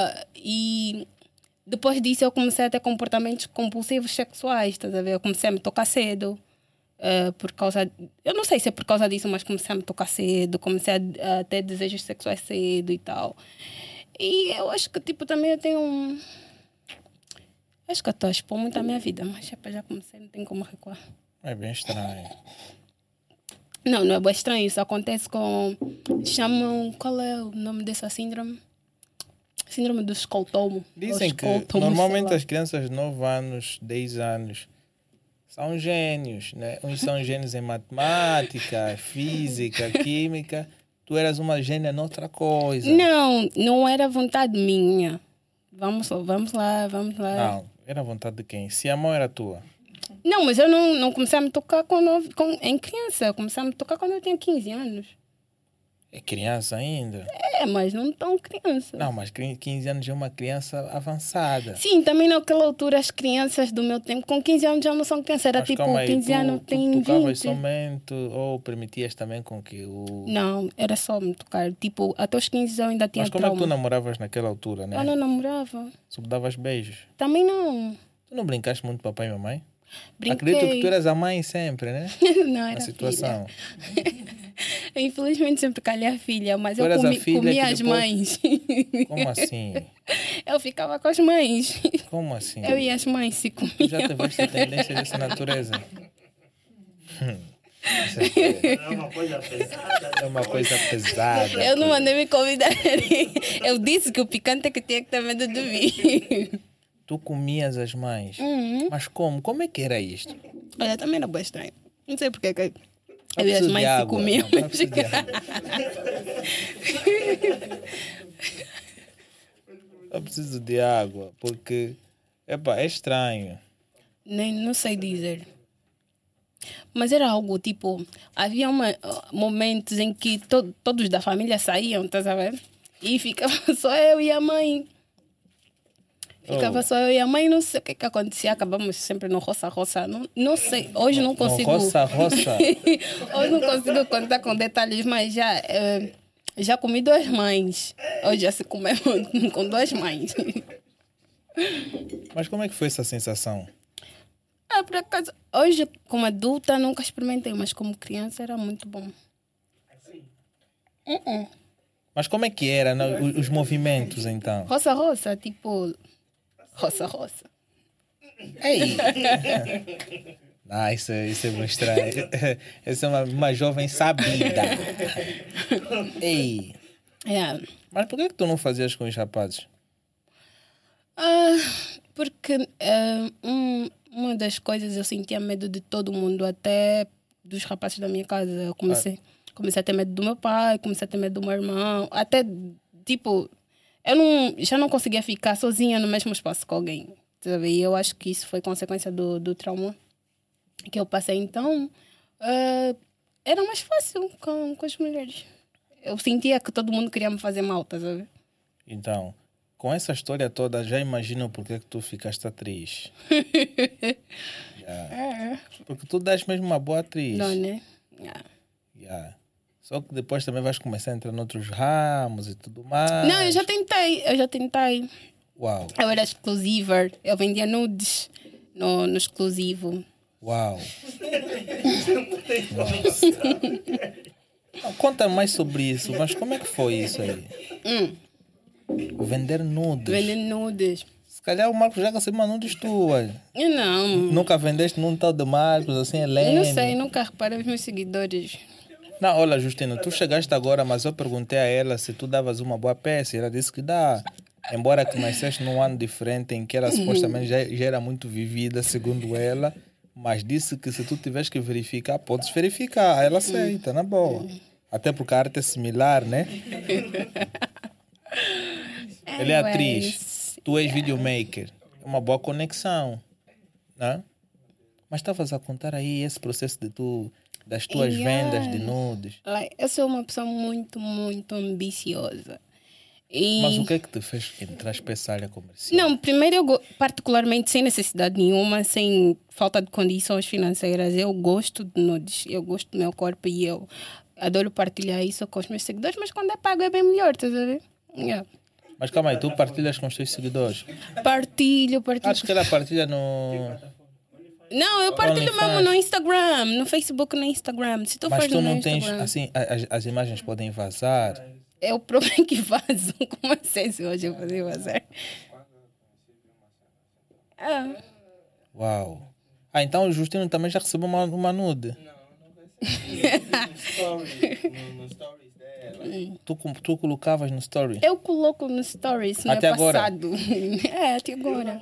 depois disso eu comecei a ter comportamentos compulsivos sexuais, estás a ver? Eu comecei a me tocar cedo. Por causa... Eu não sei se é por causa disso, mas comecei a me tocar cedo, comecei a ter desejos sexuais cedo e tal. E eu acho que, tipo, também eu tenho Acho que eu estou a expor muito a minha vida, mas já comecei, não tem como recuar. É bem estranho. Não é bem estranho. Isso acontece com... Chamam... Qual é o nome dessa síndrome? Síndrome do escoltomo. Dizem que normalmente as crianças de 9 anos, 10 anos... São gênios, né? Uns são gênios em matemática, física, química. Tu eras uma gênia noutra coisa. Não era vontade minha. vamos lá, vamos lá. Não, era a vontade de quem? Se a mão era tua. Não, mas eu não comecei a me tocar em criança. Eu comecei a me tocar quando eu tinha 15 anos. É criança ainda? É, mas não tão criança. Não, mas 15 anos é uma criança avançada. Sim, também naquela altura as crianças do meu tempo com 15 anos já não são crianças. Era Mas tipo calma aí, 15 anos, tem tu tocavas 20. somente ou permitias também com que o... Não, era só me tocar. Tipo, até os 15 eu ainda tinha Mas como é que tu trauma. namoravas naquela altura, né? Eu não namorava. Só davas beijos. Também não. Tu não brincaste muito com papai e mamãe? Brinquei. Acredito que tu eras a mãe sempre, né? Não, era Na situação. filha. Infelizmente sempre calhei a filha, mas Tu eu eras a filha comia que as depois- mães. Como assim? Eu ficava com as mães. Como assim? Eu e as mães se Tu já comiam. tiveste tendência dessa natureza? É uma coisa pesada. É uma coisa pesada. Eu não mandei me convidar. Eu disse que o picante é que tinha que ter medo de mim. Tu comias as mães. Uhum. Mas como? Como é que era isto? Olha, também era bem estranho. Não sei porque que Eu eu e as preciso de mães se água. comiam. Não, eu preciso de água. Eu preciso de água, porque epa, é estranho. Nem, não sei dizer. Mas era algo tipo... Havia momentos em que todos da família saíam, estás a ver? E ficava só eu e a mãe. Ficava Oh. só eu e a mãe. Não sei o que acontecia. Acabamos sempre no roça-roça. Não sei. Hoje não consigo... roça. Hoje não consigo contar com detalhes, mas já comi duas mães. Hoje já se comeu com duas mães. Mas como é que foi essa sensação? Por acaso, hoje, como adulta, nunca experimentei, mas como criança era muito bom. Mas como é que era os movimentos, então? Roça-roça, tipo... Roça-roça. Ei! Ah, isso é muito estranho. Essa é uma jovem sabida. Ei! É. Mas por que tu não fazias com os rapazes? Porque uma das coisas eu sentia medo de todo mundo, até dos rapazes da minha casa. Eu comecei a ter medo do meu pai, comecei a ter medo do meu irmão. Até, tipo, já não conseguia ficar sozinha no mesmo espaço com alguém. Sabe? E eu acho que isso foi consequência do trauma que eu passei. Então, era mais fácil com as mulheres. Eu sentia que todo mundo queria me fazer mal, tá sabe? Então, com essa história toda, já imagino porque que tu ficaste atriz. Porque tu dás mesmo uma boa atriz. Não, né? Yeah. Só que depois também vais começar a entrar noutros ramos e tudo mais. Não, eu já tentei. Uau, Eu era exclusiva, eu vendia nudes no exclusivo. uau. Não, conta mais sobre isso, mas como é que foi isso aí? Vender nudes. Vendendo nudes. Se calhar o Marcos já recebeu nudes tuas. Eu não. Nunca vendeste num tal de Marcos, assim, Helene? Não sei, nunca reparei os meus seguidores. Não, olha, Justina, tu chegaste agora, mas eu perguntei a ela se tu davas uma boa peça. Ela disse que dá. Embora que nasceste num ano diferente em que ela supostamente já era muito vivida, segundo ela. Mas disse que se tu tiveres que verificar, podes verificar. Ela aceita, na boa. Até porque a arte é similar, né? Ela é atriz, tu és videomaker. É uma boa conexão, né? Mas estavas a contar aí esse processo das tuas vendas de nudes. Eu sou uma pessoa muito, muito ambiciosa. E... Mas o que é que te fez entrar para essa área comercial? Não, primeiro eu particularmente sem necessidade nenhuma, sem falta de condições financeiras, eu gosto de nudes, eu gosto do meu corpo e eu adoro partilhar isso com os meus seguidores, mas quando é pago é bem melhor, estás a ver? Yeah. Mas calma aí, tu partilhas com os teus seguidores? Partilho. Acho que ela partilha no... Não, eu partilho OnlyFans. mesmo no Instagram, no Facebook, no Instagram. Se tu Mas fores tu no meu não tens, Instagram, assim, as imagens podem vazar. é o próprio que faz. Como assim se hoje eu fazer vazar? Uau. Ah, então o Justino também já recebeu uma nude. No stories dela. Tu colocavas no story? Eu coloco no stories no Até agora? passado. Até agora.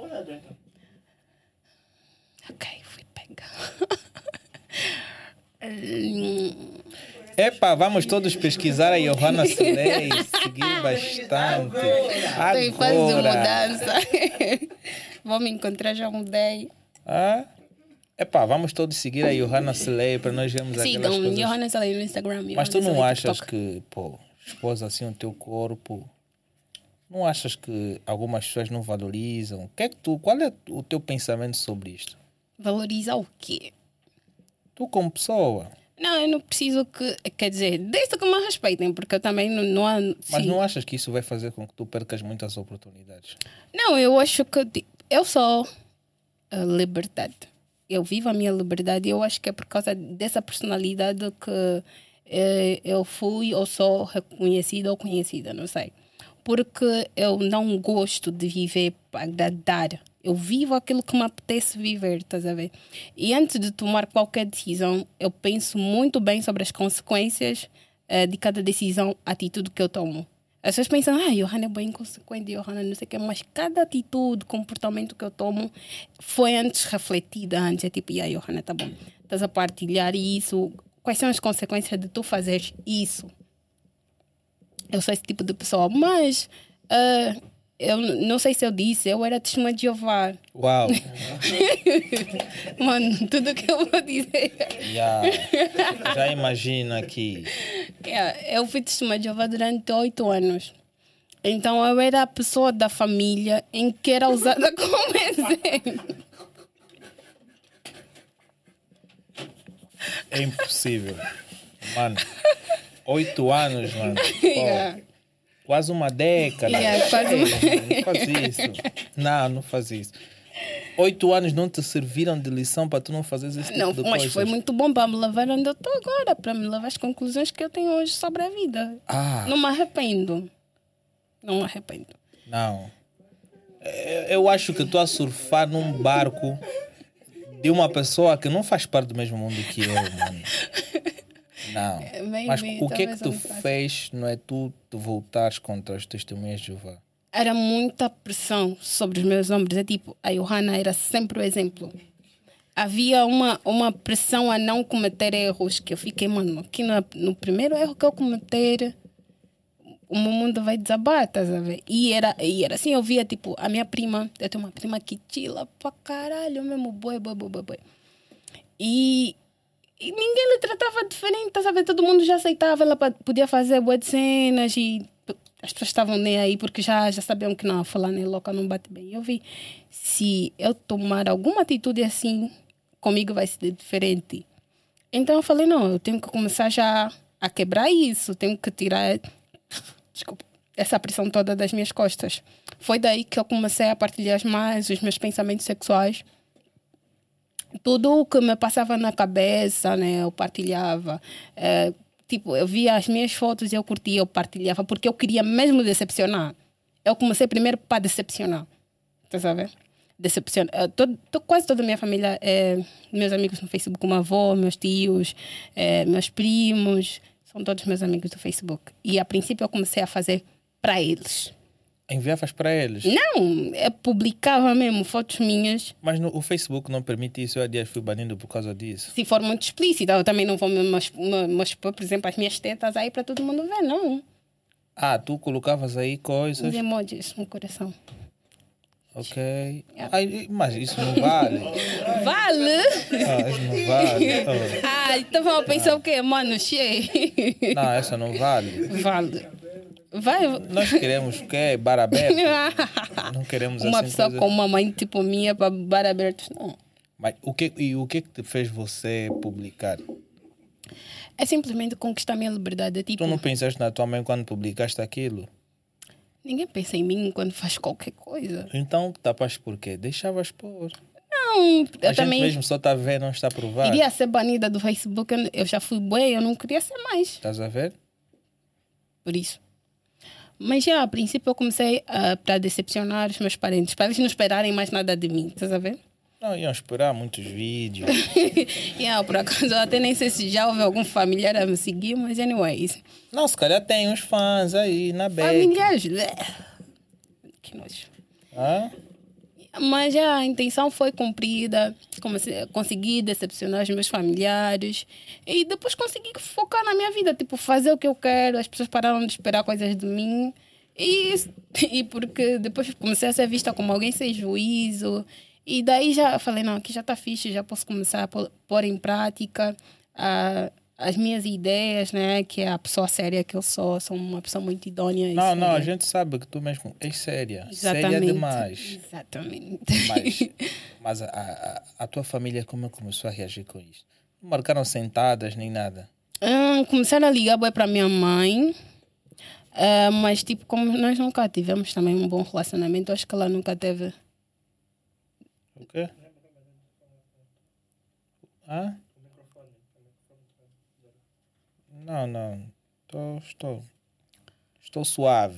Ok, fui pegar. Epa, vamos todos pesquisar a Johanna Slay, seguir bastante. Estou em fase de Agora. mudança. Vou me encontrar, já mudei. Ah? Epá, vamos todos seguir a Johanna Slay para nós vermos aquelas Sigam coisas. Johanna Saleh no Instagram. Mas tu Johanna não Saleh achas TikTok. que, pô, expôs assim o teu corpo? Não achas que algumas pessoas não valorizam? Qual é o teu pensamento sobre isto? Valorizar o quê? Tu como pessoa. Não, eu não preciso que... Quer dizer, desde que me respeitem, porque eu também não há... Mas sim. não achas que isso vai fazer com que tu percas muitas oportunidades? Não, eu acho que eu sou a liberdade. Eu vivo a minha liberdade e eu acho que é por causa dessa personalidade que eu fui ou sou reconhecida ou conhecida, não sei. Porque eu não gosto de viver para agradar. Eu vivo aquilo que me apetece viver, estás a ver? E antes de tomar qualquer decisão, eu penso muito bem sobre as consequências de cada decisão, atitude que eu tomo. As pessoas pensam, Johanna é bem inconsequente, Johanna não sei o quê, mas cada atitude, comportamento que eu tomo foi antes refletida, antes. É tipo, Johanna, tá bom, estás a partilhar isso. Quais são as consequências de tu fazeres isso? Eu sou esse tipo de pessoa, mas eu não sei se eu disse, eu era testemunha de Jeová. Uau! Mano, tudo que eu vou dizer. Já imagina que... Eu fui testemunha de Jeová durante 8 anos. Então eu era a pessoa da família em que era usada como exemplo. É impossível. Mano, 8 anos, mano. Pô, Yeah. quase uma década. Quase uma... Não faz isso. Não faz isso. 8 anos não te serviram de lição para tu não fazeres esse tipo Não, de mas coisas? foi muito bom para me levar onde eu estou agora, para me levar às conclusões que eu tenho hoje sobre a vida. Não me arrependo. Não me arrependo. Não. Eu acho que tu a surfar num barco de uma pessoa que não faz parte do mesmo mundo que eu, mano. Não. Mas o que é que tu fez não é tu te voltares contra as testemunhas de Jeová? Era muita pressão sobre os meus ombros. É tipo, a Johanna era sempre o exemplo. Havia uma pressão a não cometer erros que eu fiquei, mano, aqui no primeiro erro que eu cometer, o meu mundo vai desabar, estás a ver? E era assim, eu via, tipo, a minha prima, eu tenho uma prima que chila pra caralho, mesmo, boi. E ninguém lhe tratava diferente, estás a ver? Todo mundo já aceitava, ela podia fazer boas cenas e as pessoas estavam nem aí porque já sabiam que não, falar nem louca não bate bem. Eu vi, se eu tomar alguma atitude assim, comigo vai ser diferente. Então eu falei, não, eu tenho que começar já a quebrar isso, tenho que tirar, desculpa, essa pressão toda das minhas costas. Foi daí que eu comecei a partilhar mais os meus pensamentos sexuais. Tudo o que me passava na cabeça, né, eu partilhava. Tipo, eu via as minhas fotos e eu curtia, eu partilhava, porque eu queria mesmo decepcionar. Eu comecei primeiro para decepcionar. Tá sabendo? Decepcionar. Quase toda a minha família, meus amigos no Facebook, como avó, meus tios, meus primos, são todos meus amigos do Facebook. E a princípio eu comecei a fazer para eles. Enviavas para eles? Não, eu publicava mesmo fotos minhas. Mas o Facebook não permite isso. Eu há dias fui banido por causa disso. Se for muito explícita, eu também não vou me expor, por exemplo, as minhas tetas aí para todo mundo ver, não. Tu colocavas aí coisas... Os emojis no coração. Ok. Mas isso não vale. Vale? Isso não vale. Então vamos pensar o quê? Mano, cheio. Não, essa não vale. Vale. Vai. Nós queremos o quê? Bar aberto? Não queremos uma assim pessoa coisa... com uma mãe tipo minha para bar abertos, não. Mas o que que te fez você publicar? É simplesmente conquistar a minha liberdade. Tipo, Tu não pensaste na tua mãe quando publicaste aquilo? Ninguém pensa em mim quando faz qualquer coisa. Então, tapas por quê? Deixavas pôr. Não, A eu gente também mesmo só está a ver, não está a provar. iria ser banida do Facebook. Eu já fui bué, eu não queria ser mais. Estás a ver? Por isso. Mas já, a princípio, eu comecei para decepcionar os meus parentes. Para eles não esperarem mais nada de mim, estás a ver? Não, iam esperar muitos vídeos. Por acaso, eu até nem sei se já houve algum familiar a me seguir, mas anyways. Não, se calhar tem uns fãs aí na beca. Familiares, que nojo. Mas já a intenção foi cumprida, consegui decepcionar os meus familiares e depois consegui focar na minha vida, tipo, fazer o que eu quero, as pessoas pararam de esperar coisas de mim e, e porque depois comecei a ser vista como alguém sem juízo e daí já falei, não, aqui já está fixe, já posso começar a pôr em prática as minhas ideias, né? Que é a pessoa séria que eu sou uma pessoa muito idônea. E Não, a séria. gente sabe que tu mesmo és séria. Exatamente. Séria demais. Exatamente. Mas a tua família como começou a reagir com isso? Não marcaram sentadas nem nada? Começaram a ligar para minha mãe, mas tipo, como nós nunca tivemos também um bom relacionamento, acho que ela nunca teve. O quê? Hã? Não. Estou suave.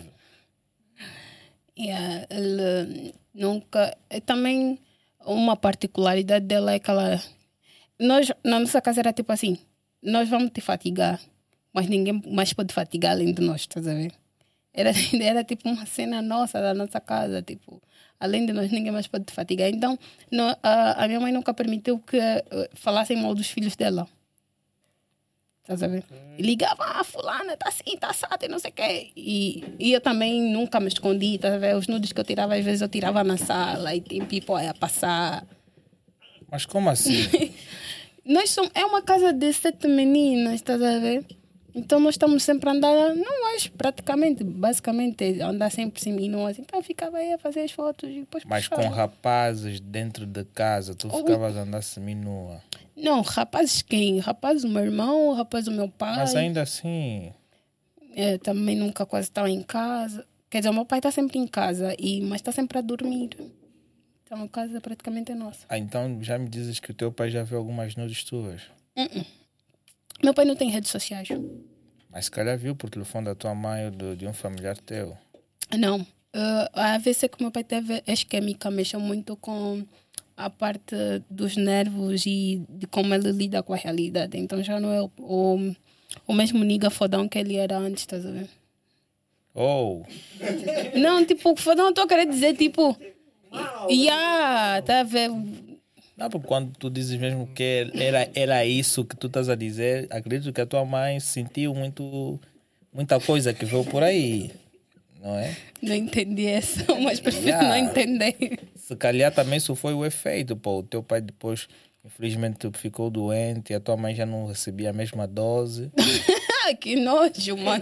Yeah, ele nunca. Também uma particularidade dela é que ela. Nós, na nossa casa era tipo assim: nós vamos te fatigar, mas ninguém mais pode fatigar além de nós, estás a ver? Era tipo uma cena nossa da nossa casa, tipo, além de nós, ninguém mais pode te fatigar. Então, a minha mãe nunca permitiu que falassem mal dos filhos dela. Estás a ver? E ligava, fulana, tá assim, tá assado e não sei o quê. E eu também nunca me escondi, estás a ver? Os nudes que eu tirava, às vezes eu tirava na sala e tem people aí a passar. Mas como assim? É uma casa de 7 meninas, estás a ver? Então nós estamos sempre a andar, nós praticamente, basicamente, andar sempre cima e nós. Então eu ficava aí a fazer as fotos e depois Mas puxava. com rapazes dentro de casa, tu ficavas a andar seminua. Não, rapazes quem? Rapazes do meu irmão, rapazes do meu pai. Mas ainda assim, Também nunca quase estava em casa. Quer dizer, o meu pai está sempre em casa, mas está sempre a dormir. Então a casa praticamente é nossa. então já me dizes que o teu pai já viu algumas nudes tuas. Meu pai não tem redes sociais. Mas se calhar viu por telefone da tua mãe ou de um familiar teu. Não. A AVC que meu pai teve é isquémica, mexeu muito com a parte dos nervos e de como ele lida com a realidade. Então já não é o mesmo nigga fodão que ele era antes, estás a ver? Oh, Não, tipo, fodão, estou a querer dizer, tipo... tá a ver? não, porque quando tu dizes mesmo que era isso que tu estás a dizer, acredito que a tua mãe sentiu muita coisa que veio por aí, não é? Não entendi essa, mas prefiro Yeah. não entender. Se calhar também isso foi o efeito, pô. O teu pai depois, infelizmente, ficou doente e a tua mãe já não recebia a mesma dose. Que nojo, mano.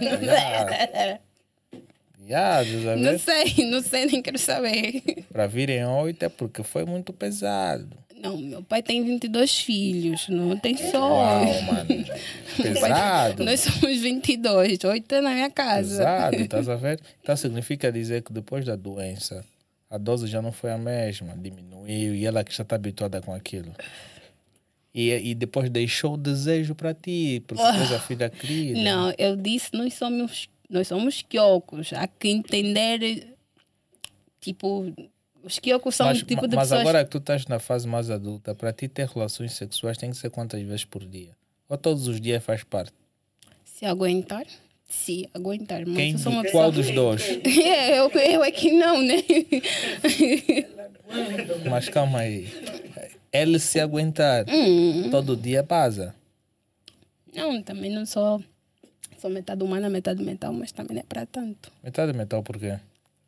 Estás a ver? Não sei, nem quero saber. Para virem 8 é porque foi muito pesado. Não, meu pai tem 22 filhos, não tem só. Uau, mano. Pesado. Nós somos 22, 8 na minha casa. Pesado, estás a ver? Então significa dizer que depois da doença, a dose já não foi a mesma, diminuiu e ela que já está habituada com aquilo. E depois deixou o desejo para ti, porque depois a filha querida. Não, eu disse, nós somos quiocos. Há que entender, tipo, os quiocos são Mas, um tipo de mas pessoas... agora que tu estás na fase mais adulta, para ti ter relações sexuais tem que ser quantas vezes por dia? Ou todos os dias faz parte? Se aguentar, mas Quem, eu sou uma qual pessoa... dos dois? Eu é que não, né? Mas calma aí. Ele se aguentar todo dia pasa. Não, também não sou metade humana, metade mental, mas também não é para tanto. Metade mental por quê?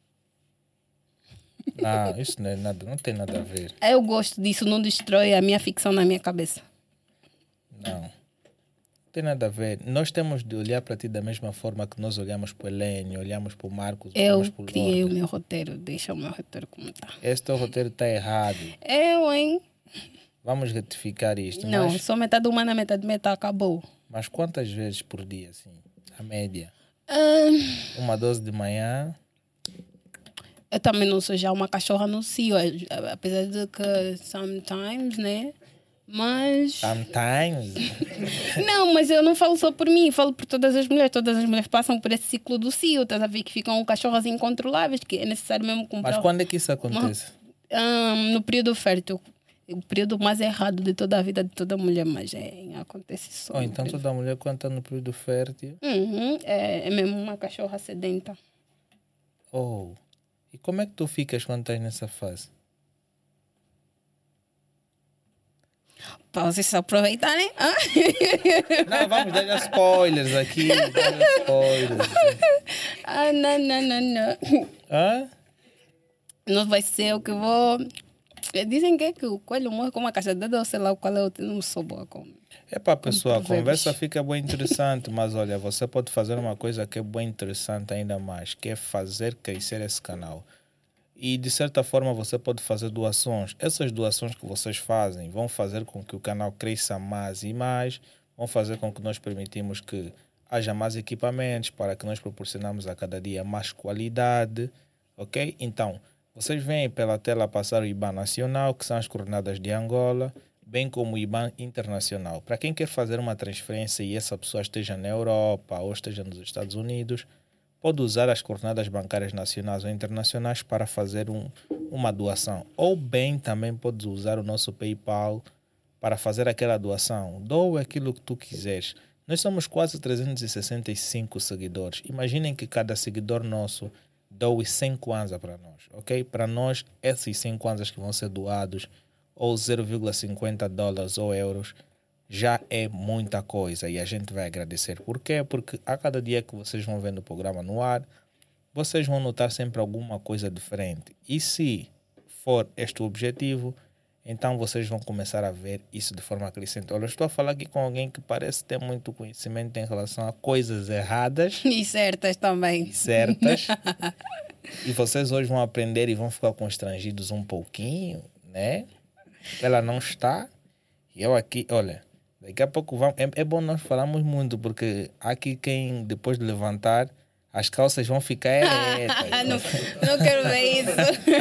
Não, isso não é nada, não tem nada a ver. Eu gosto disso, não destrói a minha ficção na minha cabeça. Não tem nada a ver. Nós temos de olhar para ti da mesma forma que nós olhamos para o Helene, olhamos para o Marcos, Eu olhamos para o criei o Lorde. meu roteiro, deixa o meu roteiro como está. Esse teu roteiro está errado. Hein? Vamos retificar isto. Não, sou metade humana, metade mental, acabou. Mas quantas vezes por dia, assim? A média? Uma dose de manhã. Eu também não sou já uma cachorra no cio, apesar de que sometimes, né? Mas... Sometimes. Não, mas eu não falo só por mim, falo por todas as mulheres. Todas as mulheres passam por esse ciclo do cio, estás a ver que ficam cachorras incontroláveis, que é necessário mesmo comprar... Mas quando é que isso acontece? No período fértil. O período mais errado de toda a vida de toda mulher, mas acontece só. Ou então toda mulher quando está no período fértil. É mesmo uma cachorra sedenta. Oh. E como é que tu ficas quando estás nessa fase? Para vocês se aproveitarem. Não, vamos dar spoilers aqui. Dar spoilers. Não. Hã? Não vai ser o que vou... Dizem que o coelho morre com uma caixa de dedo, ou sei lá qual é o... Não sou boa com... Pessoal, a provérbios. conversa fica bem interessante, mas olha, você pode fazer uma coisa que é bem interessante ainda mais, que é fazer crescer esse canal. E de certa forma você pode fazer doações. Essas doações que vocês fazem vão fazer com que o canal cresça mais e mais, vão fazer com que nós permitimos que haja mais equipamentos para que nós proporcionamos a cada dia mais qualidade, ok? Então, vocês veem pela tela passar o IBAN nacional, que são as coordenadas de Angola, bem como o IBAN internacional. Para quem quer fazer uma transferência e essa pessoa esteja na Europa ou esteja nos Estados Unidos, pode usar as coordenadas bancárias nacionais ou internacionais para fazer uma doação. Ou bem também pode usar o nosso PayPal para fazer aquela doação. Doa aquilo que tu quiseres. Nós somos quase 365 seguidores. Imaginem que cada seguidor nosso doe 100 kwanza para nós, ok? Para nós, esses 100 kwanzas que vão ser doados, ou 0,50 dólares ou euros, já é muita coisa e a gente vai agradecer. Por quê? Porque a cada dia que vocês vão vendo o programa no ar, vocês vão notar sempre alguma coisa diferente. E se for este o objetivo, então vocês vão começar a ver isso de forma crescente. Olha, eu estou a falar aqui com alguém que parece ter muito conhecimento em relação a coisas erradas. E certas também. Certas. E vocês hoje vão aprender e vão ficar constrangidos um pouquinho, né? Ela não está. E eu aqui, olha, daqui a pouco vamos. É bom nós falarmos muito, porque há aqui quem, depois de levantar, as calças vão ficar eretas. Não quero ver isso.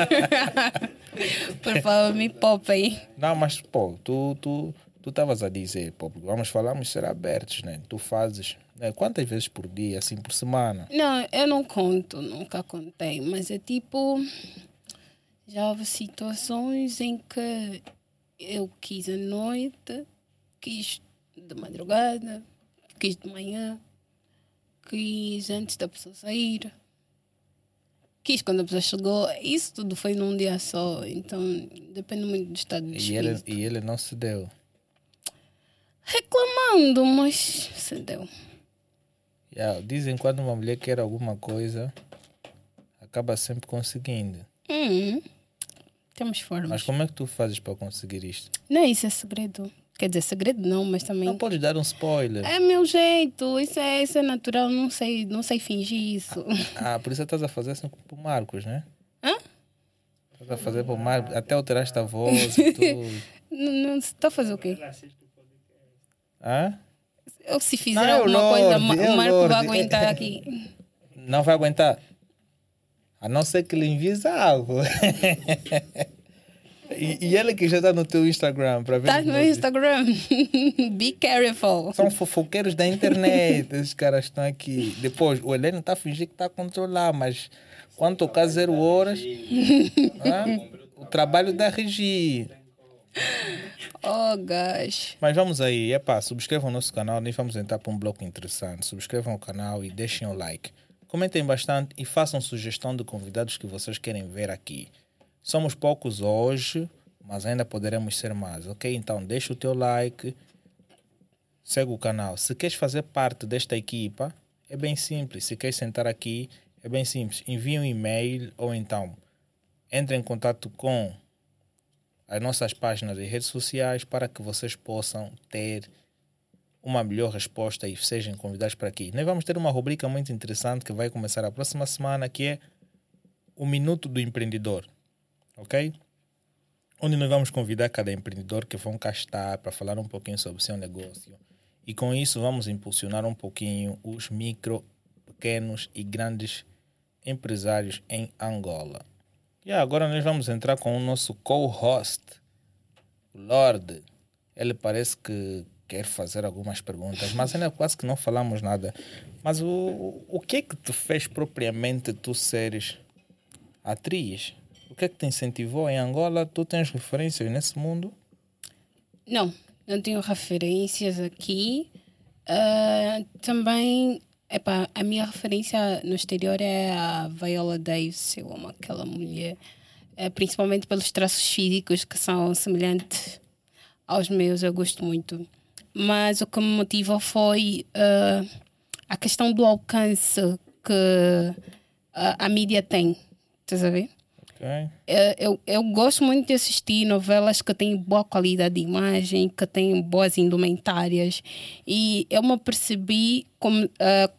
Por favor, me poupem. Não, mas, pô, tu estavas a dizer, pô, vamos ser abertos, né? Tu fazes, né? Quantas vezes por dia, assim, por semana? Não, eu não conto, nunca contei. Mas é tipo... Já houve situações em que eu quis à noite, quis de madrugada, quis de manhã, quis antes da pessoa sair, quis quando a pessoa chegou. Isso tudo foi num dia só, então depende muito do estado de espírito. E ele não se deu. Reclamando, mas se deu. Yeah, dizem que quando uma mulher quer alguma coisa, acaba sempre conseguindo. Temos formas. Mas como é que tu fazes para conseguir isto? Não, isso é segredo. Quer dizer, segredo não, mas também... Não podes dar um spoiler. É meu jeito, isso é natural, não sei fingir isso. Por isso estás a fazer assim pro Marcos, né? Hã? Estás a fazer pro Marcos, até alteraste a voz e tudo. Não, está a fazer o quê? Hã? Eu se fizer Não, alguma Lorde, coisa, o Marco Lorde. vai aguentar aqui. Não vai aguentar. A não ser que lhe envies algo. e ele que já está no teu Instagram para ver. Tá no meu Instagram. Be careful. São fofoqueiros da internet. Esses caras estão aqui. Depois, o Heleno está a fingir que está a controlar, mas quando tocar 0 horas, o trabalho da Regi. Oh, gosh. Mas vamos aí, subscrevam o nosso canal, nós vamos entrar para um bloco interessante. Subscrevam o canal e deixem o like. Comentem bastante e façam sugestão de convidados que vocês querem ver aqui. Somos poucos hoje, mas ainda poderemos ser mais, ok? Então deixa o teu like, segue o canal. Se queres fazer parte desta equipa, é bem simples. Se queres sentar aqui, é bem simples. Envie um e-mail ou então entre em contato com as nossas páginas e redes sociais para que vocês possam ter uma melhor resposta e sejam convidados para aqui. Nós vamos ter uma rubrica muito interessante que vai começar a próxima semana, que é o Minuto do Empreendedor, ok? Onde nós vamos convidar cada empreendedor que vão cá estar para falar um pouquinho sobre o seu negócio. E com isso vamos impulsionar um pouquinho os micro, pequenos e grandes empresários em Angola. E agora nós vamos entrar com o nosso co-host, o Lorde. Ele parece que quer fazer algumas perguntas, mas ainda quase que não falamos nada. Mas o que é que te fez propriamente tu seres atriz? O que é que te incentivou em Angola? Tu tens referências nesse mundo? Não tenho referências aqui. Também, a minha referência no exterior é a Viola Davis. Eu amo aquela mulher, principalmente pelos traços físicos que são semelhantes aos meus, eu gosto muito. Mas o que me motivou foi a questão do alcance que a mídia tem. Estás a ver? Ok. Eu gosto muito de assistir novelas que têm boa qualidade de imagem, que têm boas indumentárias. E eu me apercebi como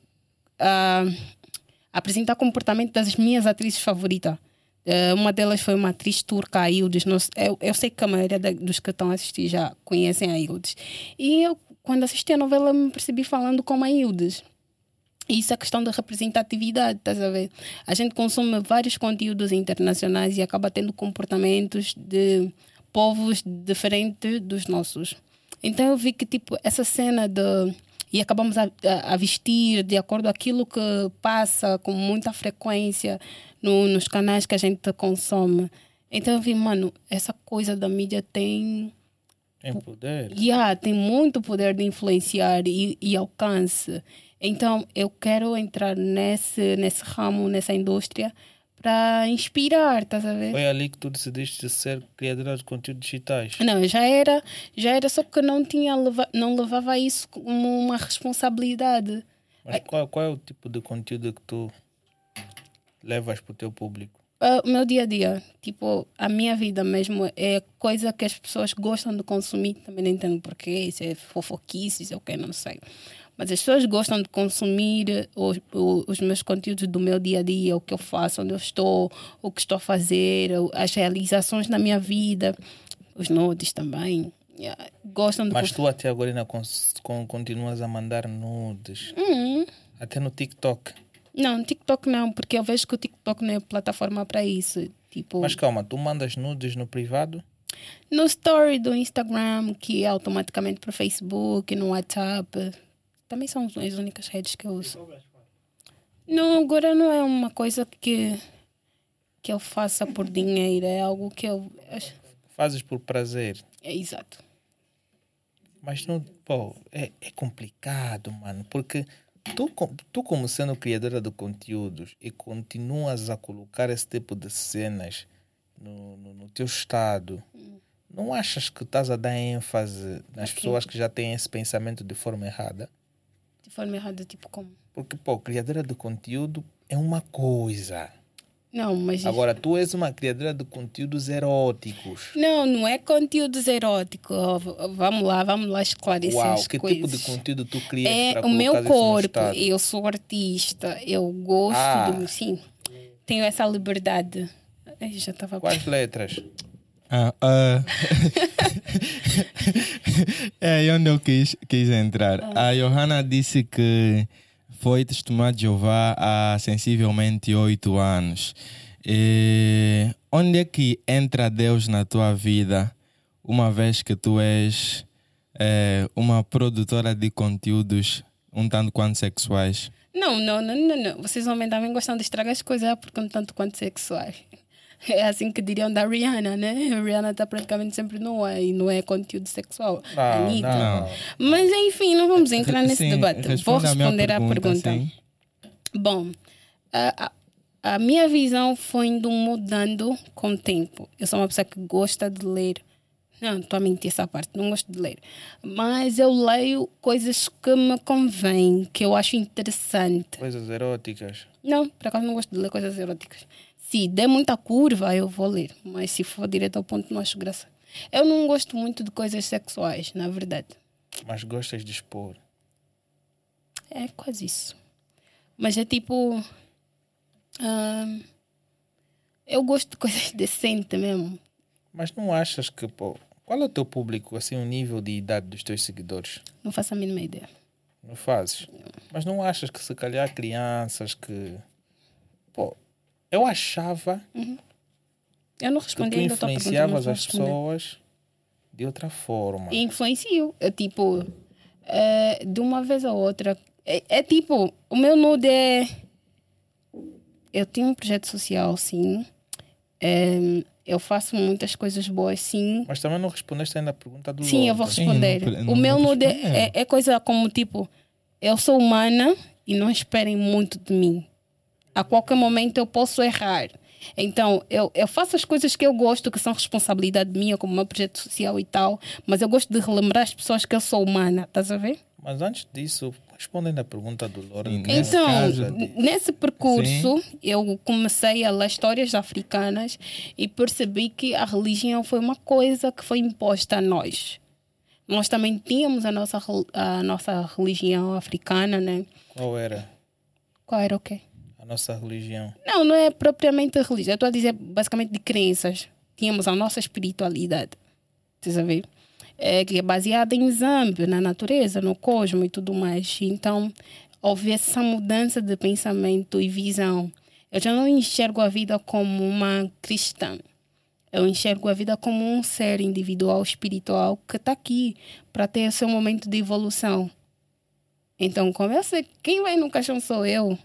apresentar comportamento das minhas atrizes favoritas. Uma delas foi uma atriz turca, a Yıldız. Eu sei que a maioria dos que estão a assistir já conhecem a Yıldız. E eu, quando assisti a novela, me percebi falando como a Yıldız. E isso é questão de representatividade, estás a ver? A gente consome vários conteúdos internacionais e acaba tendo comportamentos de povos diferentes dos nossos. Então eu vi que tipo essa cena de... E acabamos a vestir de acordo com aquilo que passa com muita frequência nos canais que a gente consome. Então eu vi, mano, essa coisa da mídia tem... Tem poder. Tem muito poder de influenciar e alcance. Então eu quero entrar nesse ramo, nessa indústria, para inspirar, estás a ver? Foi ali que tu decidiste ser criadora de conteúdos digitais. Não, já era, só que não levava isso como uma responsabilidade. Mas qual é o tipo de conteúdo que tu levas para o teu público? O meu dia a dia, tipo, a minha vida mesmo é coisa que as pessoas gostam de consumir. Também não entendo porquê, se é fofoquice, se é o que, não sei. Mas as pessoas gostam de consumir os meus conteúdos do meu dia a dia, o que eu faço, onde eu estou, o que estou a fazer, as realizações na minha vida, os nudes também. Gostam de... Mas tu até agora ainda continuas a mandar nudes. Até no TikTok. Não, no TikTok não, porque eu vejo que o TikTok não é plataforma para isso. Tipo... Mas calma, tu mandas nudes no privado? No story do Instagram, que é automaticamente para o Facebook, no WhatsApp. Também são as únicas redes que eu uso. Não, agora não é uma coisa que eu faça por dinheiro. É algo que eu... Fazes por prazer. É exato. Mas não, é complicado, mano. Porque tu como sendo criadora de conteúdos e continuas a colocar esse tipo de cenas no teu estado, não achas que estás a dar ênfase nas pessoas que já têm esse pensamento de forma errada? De forma errada, tipo como? Porque, criadora de conteúdo é uma coisa. Não, mas... Agora, tu és uma criadora de conteúdos eróticos. Não é conteúdos eróticos. Vamos lá esclarecer as que coisas. tipo de conteúdo tu crias para o colocar meu isso no corpo. estado? Eu sou artista. Eu gosto de... Sim. Tenho essa liberdade. Eu já estava... Quais letras? É onde eu quis entrar. A Johanna disse que foi testemunha de Jeová há sensivelmente 8 anos. E onde é que entra Deus na tua vida, uma vez que tu és uma produtora de conteúdos um tanto quanto sexuais? Não. Vocês homens também gostam de estragar as coisas porque um tanto quanto sexuais. É assim que diriam da Rihanna, né? A Rihanna está praticamente sempre nua e não é conteúdo sexual. Anitta. Não. Mas enfim, não vamos entrar nesse debate. Vou responder à pergunta. Sim. Bom, a minha visão foi indo mudando com o tempo. Eu sou uma pessoa que gosta de ler. Não, estou a mentir essa parte, não gosto de ler. Mas eu leio coisas que me convêm, que eu acho interessante. Coisas eróticas. Não, por acaso não gosto de ler coisas eróticas. Se der muita curva, eu vou ler. Mas se for direto ao ponto, não acho graça. Eu não gosto muito de coisas sexuais, na verdade. Mas gostas de expor. É quase isso. Mas é tipo... eu gosto de coisas decentes mesmo. Mas não achas que... qual é o teu público, assim, o nível de idade dos teus seguidores? Não faço a mínima ideia. Não fazes? Não. Mas não achas que se calhar crianças que... eu achava Eu não que respondi tu ainda a tua pergunta, influenciavas mas vou as responder. pessoas de outra forma. Influencio. Tipo, de uma vez a outra. É tipo, o meu nude é... Eu tenho um projeto social, sim. Eu faço muitas coisas boas, sim. Mas também não respondeste ainda a pergunta do Sim, eu vou Lorde. responder. não O meu nude respondeu. é coisa como tipo... Eu sou humana e não esperem muito de mim. A qualquer momento eu posso errar. Então, eu faço as coisas que eu gosto, que são responsabilidade minha, como meu projeto social e tal, mas eu gosto de relembrar as pessoas que eu sou humana, estás a ver? Mas antes disso, respondendo à pergunta do Lorde. Então, caso, nesse percurso, eu comecei a ler histórias africanas e percebi que a religião foi uma coisa que foi imposta a nós. Nós também tínhamos a nossa religião africana, né? Qual era Qual era o quê? a nossa religião? Não, não é propriamente religião. Eu estou a dizer basicamente de crenças. Tínhamos a nossa espiritualidade. Estás a ver? Que é baseada em Zambi, na natureza, no cosmos e tudo mais. Então, houve essa mudança de pensamento e visão. Eu já não enxergo a vida como uma cristã. Eu enxergo a vida como um ser individual, espiritual, que está aqui para ter o seu momento de evolução. Então, como eu sei, quem vai no caixão sou eu.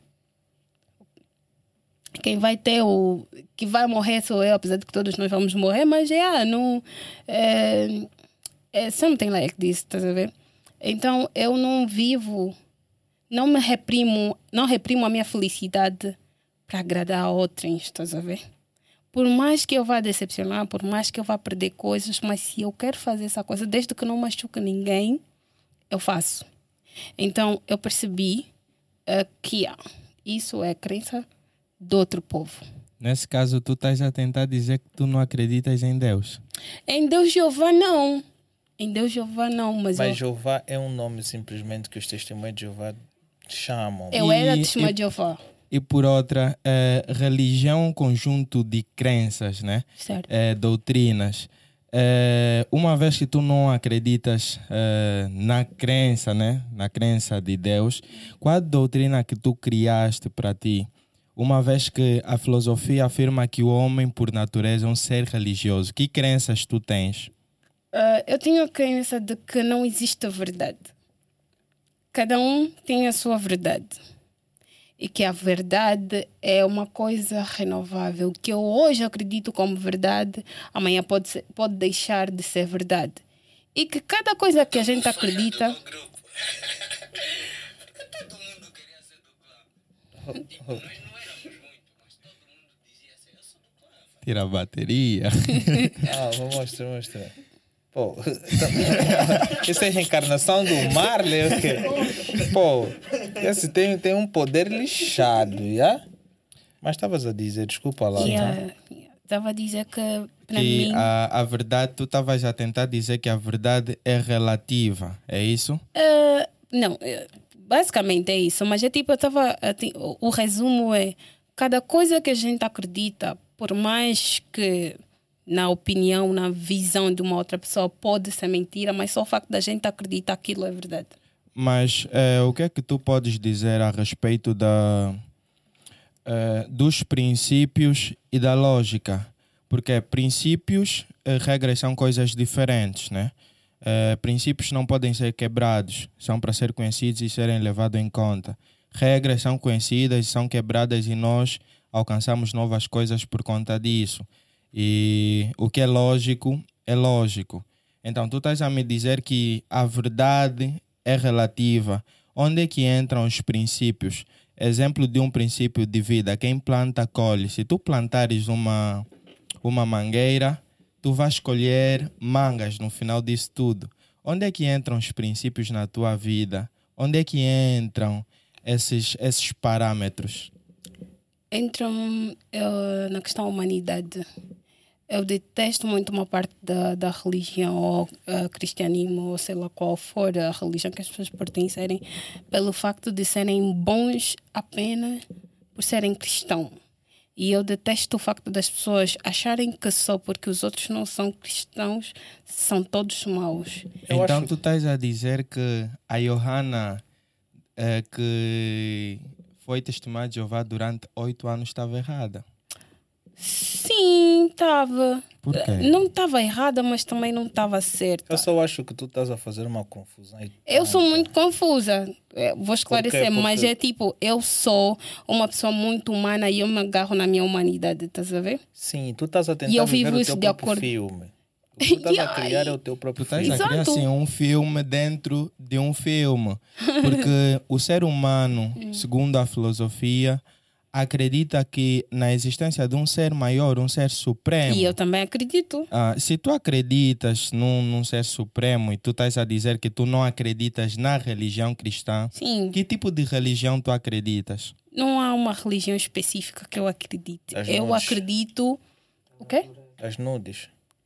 Quem vai ter que vai morrer sou eu, apesar de que todos nós vamos morrer, mas não... something like this, estás a ver? Então, eu não vivo, não reprimo a minha felicidade para agradar a outros, estás a ver? Por mais que eu vá decepcionar, por mais que eu vá perder coisas, mas se eu quero fazer essa coisa, desde que não machuque ninguém, eu faço. Então, eu percebi que isso é crença do outro povo. Nesse caso, tu estás a tentar dizer que tu não acreditas em Deus. Em Deus Jeová, não. Em Deus Jeová, não. Mas Jeová é um nome simplesmente que os testemunhos de Jeová chamam. eu era testemunha de Jeová. E por outra, religião é um conjunto de crenças, né? Certo. Doutrinas. Uma vez que tu não acreditas na crença, né? Na crença de Deus, qual a doutrina que tu criaste para ti? Uma vez que a filosofia afirma que o homem, por natureza, é um ser religioso, que crenças tu tens? Eu tenho a crença de que não existe verdade. Cada um tem a sua verdade. E que a verdade é uma coisa renovável. Que eu hoje acredito como verdade, amanhã pode deixar de ser verdade. E que cada coisa que a gente acredita... Tira a bateria. Vou mostrar. Pô, isso é reencarnação do Marley. Pô, esse tem um poder lixado, já? Mas estavas a dizer, desculpa lá. Estava a dizer que para que mim... a verdade, tu estavas a tentar dizer que a verdade é relativa, é isso? Não, basicamente é isso. Mas é tipo, o resumo é... Cada coisa que a gente acredita, por mais que na opinião, na visão de uma outra pessoa pode ser mentira, mas só o facto da gente acreditar que aquilo é verdade. Mas o que é que tu podes dizer a respeito dos princípios e da lógica? Porque princípios, regras são coisas diferentes, né? Princípios não podem ser quebrados, são para ser conhecidos e serem levados em conta. Regras são conhecidas, são quebradas e nós alcançamos novas coisas por conta disso. E o que é lógico, é lógico. Então, tu estás a me dizer que a verdade é relativa. Onde é que entram os princípios? Exemplo de um princípio de vida. Quem planta, colhe. Se tu plantares uma mangueira, tu vais colher mangas no final disso tudo. Onde é que entram os princípios na tua vida? Onde é que entram esses parâmetros? Entram na questão da humanidade. Eu detesto muito uma parte da religião ou cristianismo, ou sei lá qual for a religião que as pessoas pertencerem, pelo facto de serem bons apenas por serem cristãos. E eu detesto o facto das pessoas acharem que só porque os outros não são cristãos, são todos maus. Então tu estás a dizer que a Johanna, que foi testemunha de Jeová durante 8 anos, estava errada? Sim, estava. Por quê? Não estava errada, mas também não estava certa. Eu só acho que tu estás a fazer uma confusão. Eu sou muito confusa. Vou esclarecer, Por quê? mas é tipo, eu sou uma pessoa muito humana e eu me agarro na minha humanidade, estás a ver? Sim, tu estás a E tentar eu viver vivo o isso teu de próprio acordo- filme. O que tu estás a criar é o teu Tu próprio estás filme. a criar assim um filme dentro de um filme. Porque o ser humano, segundo a filosofia, acredita que na existência de um ser maior, um ser supremo. E eu também acredito. Se tu acreditas num ser supremo e tu estás a dizer que tu não acreditas na religião cristã, Sim. que tipo de religião tu acreditas? Não há uma religião específica que eu acredite. As Eu nudes. acredito... O quê? As nudes.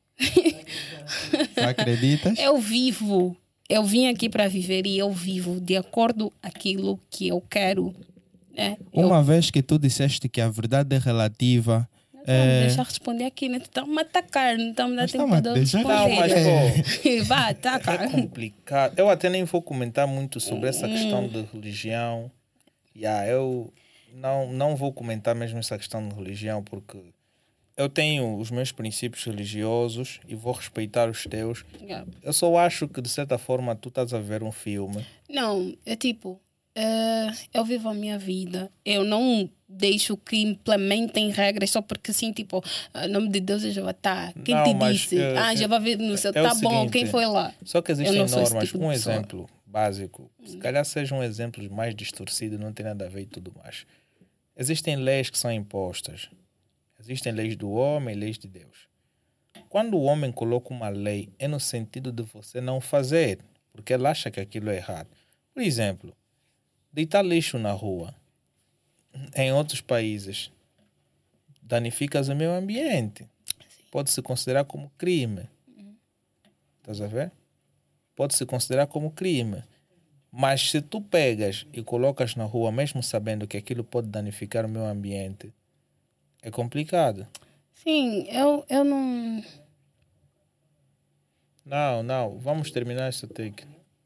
Tu acreditas? Eu vivo. Eu vim aqui para viver e eu vivo de acordo com aquilo que eu quero. Né? Uma vez que tu disseste que a verdade é relativa, Me deixa responder aqui, né? Tu tá me atacar, não tá me dando tempo tá-me a de eu deixar Não, mas responder. pô, Vá, ataca. é complicado. Eu até nem vou comentar muito sobre essa questão de religião. Eu não vou comentar mesmo essa questão de religião, porque eu tenho os meus princípios religiosos e vou respeitar os teus. Yeah. Eu só acho que, de certa forma, tu estás a ver um filme. Não, é tipo, eu vivo a minha vida. Eu não deixo que implementem regras só porque assim, tipo, em nome de Deus, Jeová, tá. Quem Não, te mas, disse? Já vai ver no céu, é o tá bom, seguinte, quem foi lá? Só que Eu existem não sou esse normas. tipo de Um pessoa. exemplo básico, se calhar seja um exemplo mais distorcido, não tem nada a ver e tudo mais. Existem leis que são impostas. Existem leis do homem e leis de Deus. Quando o homem coloca uma lei, é no sentido de você não fazer, porque ele acha que aquilo é errado. Por exemplo, deitar lixo na rua. Em outros países, danificas o meio ambiente. Pode-se considerar como crime. Estás a ver? Pode-se considerar como crime. Mas se tu pegas e colocas na rua, mesmo sabendo que aquilo pode danificar o meio ambiente, é complicado. Sim, eu não... Não. Vamos terminar essa take.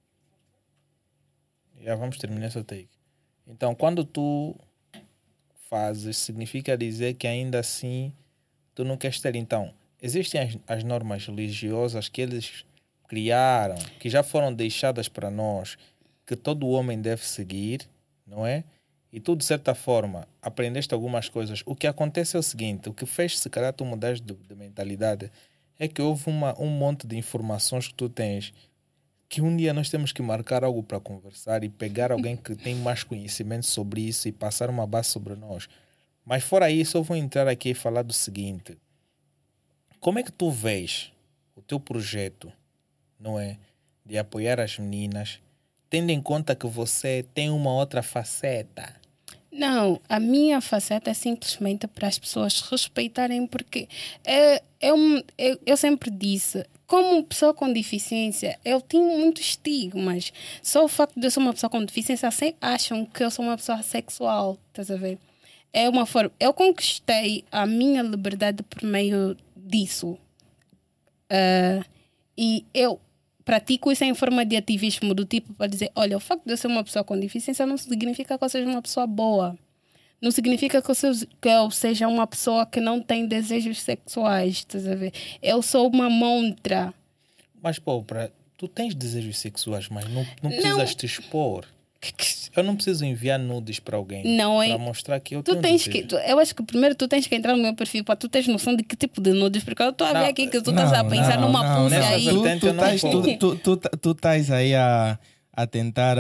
Vamos terminar essa take. Então, quando tu fazes, significa dizer que ainda assim tu não queres ter. Então, existem as normas religiosas que eles criaram, que já foram deixadas para nós, que todo homem deve seguir, não é? E tu, de certa forma, aprendeste algumas coisas. O que acontece é o seguinte, o que fez, se calhar, tu mudares de mentalidade é que houve um monte de informações que tu tens, que um dia nós temos que marcar algo para conversar e pegar alguém que tem mais conhecimento sobre isso e passar uma base sobre nós. Mas fora isso, eu vou entrar aqui e falar do seguinte. Como é que tu vês o teu projeto, não é, de apoiar as meninas, tendo em conta que você tem uma outra faceta? Não, a minha faceta é simplesmente para as pessoas respeitarem, porque eu sempre disse, como pessoa com deficiência, eu tenho muitos estigmas. Só o facto de eu ser uma pessoa com deficiência, sempre acham que eu sou uma pessoa sexual, estás a ver? É uma forma. Eu conquistei a minha liberdade por meio disso. E eu pratico isso em forma de ativismo, do tipo para dizer, olha, o facto de eu ser uma pessoa com deficiência não significa que eu seja uma pessoa boa. Não significa que eu seja uma pessoa que não tem desejos sexuais, estás a ver? Eu sou uma montra. Mas, pô, tu tens desejos sexuais, mas não precisas te expor. Eu não preciso enviar nudes para alguém Não é? para mostrar que eu Tu tenho tens desejo. eu acho que primeiro tu tens que entrar no meu perfil para tu teres noção de que tipo de nudes, porque eu estou a ver Não, aqui que tu estás a pensar numa pulsa nessa aí. vertente eu não vou. Tu estás aí a tentar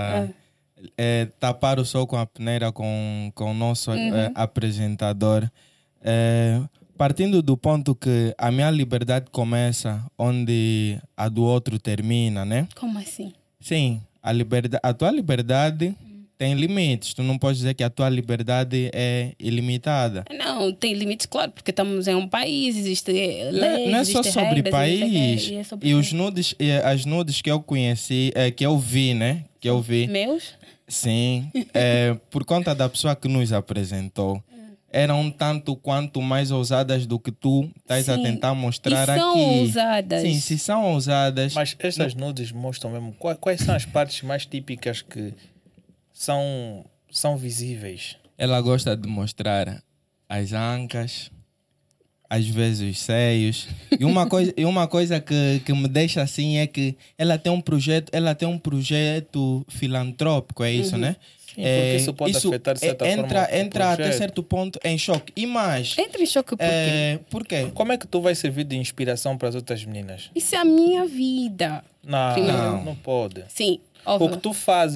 tapar o sol com a peneira com o nosso apresentador. Partindo do ponto que a minha liberdade começa onde a do outro termina, né? Como assim? Sim, a tua liberdade tem limites. Tu não podes dizer que a tua liberdade é ilimitada. Não, tem limites, claro, porque estamos em um país, existe leis, Não é só existe sobre regras, país. e é sobre E os nudes, as nudes que eu conheci, que eu vi, né? Que eu vi. meus? Sim, por conta da pessoa que nos apresentou. Eram um tanto quanto mais ousadas do que tu estás a Sim, tentar mostrar e são aqui. ousadas. Sim, se são ousadas. Mas estas nudes mostram mesmo quais são as partes mais típicas que são visíveis. Ela gosta de mostrar as ancas, às vezes os seios. E uma coisa que me deixa assim é que ela tem um projeto filantrópico, é isso, né? Sim, porque isso pode afetar de certa forma o entra até projeto. certo ponto em choque. E mais, Entra em choque por quê? por quê? Como é que tu vais servir de inspiração para as outras meninas? Isso é a minha vida. Primeiro. Não pode. Sim, O óbvio. que tu fazes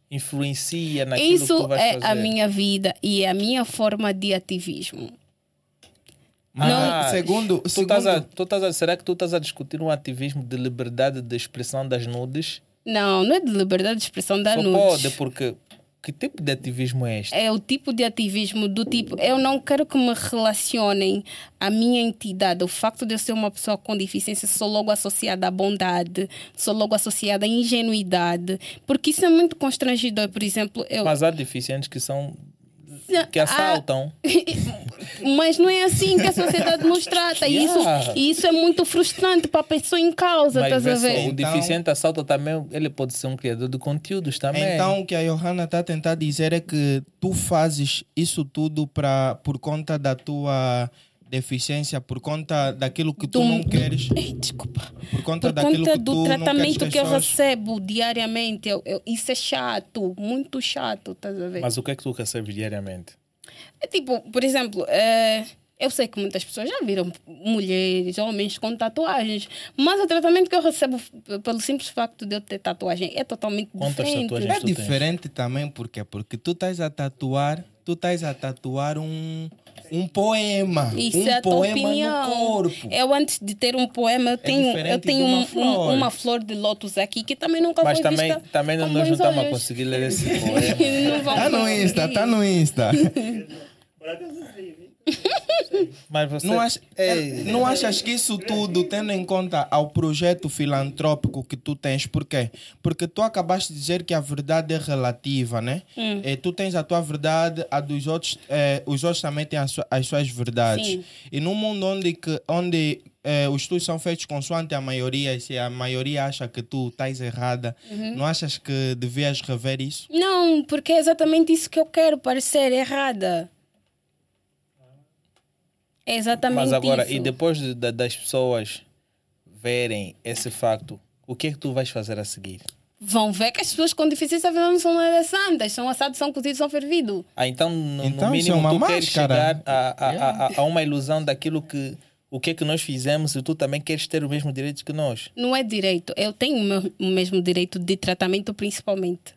influencia naquilo que Isso tu vais é fazer? a minha vida e é a minha forma de ativismo. Ah, segundo, será que tu estás a discutir um ativismo de liberdade de expressão das nudes? Não é de liberdade de expressão da Só nudes. pode, porque que tipo de ativismo é este? É o tipo de ativismo do tipo, eu não quero que me relacionem à minha entidade. O facto de eu ser uma pessoa com deficiência, sou logo associada à bondade, sou logo associada à ingenuidade, porque isso é muito constrangedor. Por exemplo, Mas há deficientes que assaltam. Mas não é assim que a sociedade nos trata. E isso é muito frustrante para a pessoa em causa, Mas estás a vê só, ver? o deficiente assalta também, ele pode ser um criador de conteúdos também. Então, o que a Johanna está a tentar dizer é que tu fazes isso tudo por conta da tua deficiência, por conta daquilo que tu não queres. Desculpa. Por conta Por daquilo conta que tu do não tratamento queres que eu pessoas... recebo diariamente. Isso é chato, muito chato, estás a ver? Mas o que é que tu recebes diariamente? É tipo, por exemplo, eu sei que muitas pessoas já viram mulheres, homens com tatuagens, mas o tratamento que eu recebo pelo simples facto de eu ter tatuagem é totalmente Quantas diferente. tatuagens É tu tens? diferente também, porque tu estás a tatuar um poema. Isso um é a tua poema opinião. no corpo. Eu, antes de ter um poema, eu tenho diferente de uma flor. uma flor de lótus aqui que também nunca Mas foi também, vista também com nós não bons estamos a olhos. conseguir ler esse poema. Não vão Tá no conseguir. Insta, tá no Insta. Por acaso sim. Mas você... Não achas que isso tudo, tendo em conta ao projeto filantrópico que tu tens, por quê? Porque tu acabaste de dizer que a verdade é relativa, né? Tu tens a tua verdade, a dos outros, os outros também têm as suas verdades. Sim. E num mundo onde os estudos são feitos consoante a maioria, e se a maioria acha que tu estás errada, não achas que devias rever isso? Não, porque é exatamente isso que eu quero, parecer errada. É exatamente Mas agora, isso. e depois das pessoas verem esse facto, o que é que tu vais fazer a seguir? Vão ver que as pessoas com deficiência não são nada santas, são assados, são cozidos, são fervidos. Então, no Então, isso é mínimo, uma tu queres máscara. chegar a uma ilusão daquilo que... O que é que nós fizemos e tu também queres ter o mesmo direito que nós. Não é direito. Eu tenho o mesmo direito de tratamento, principalmente.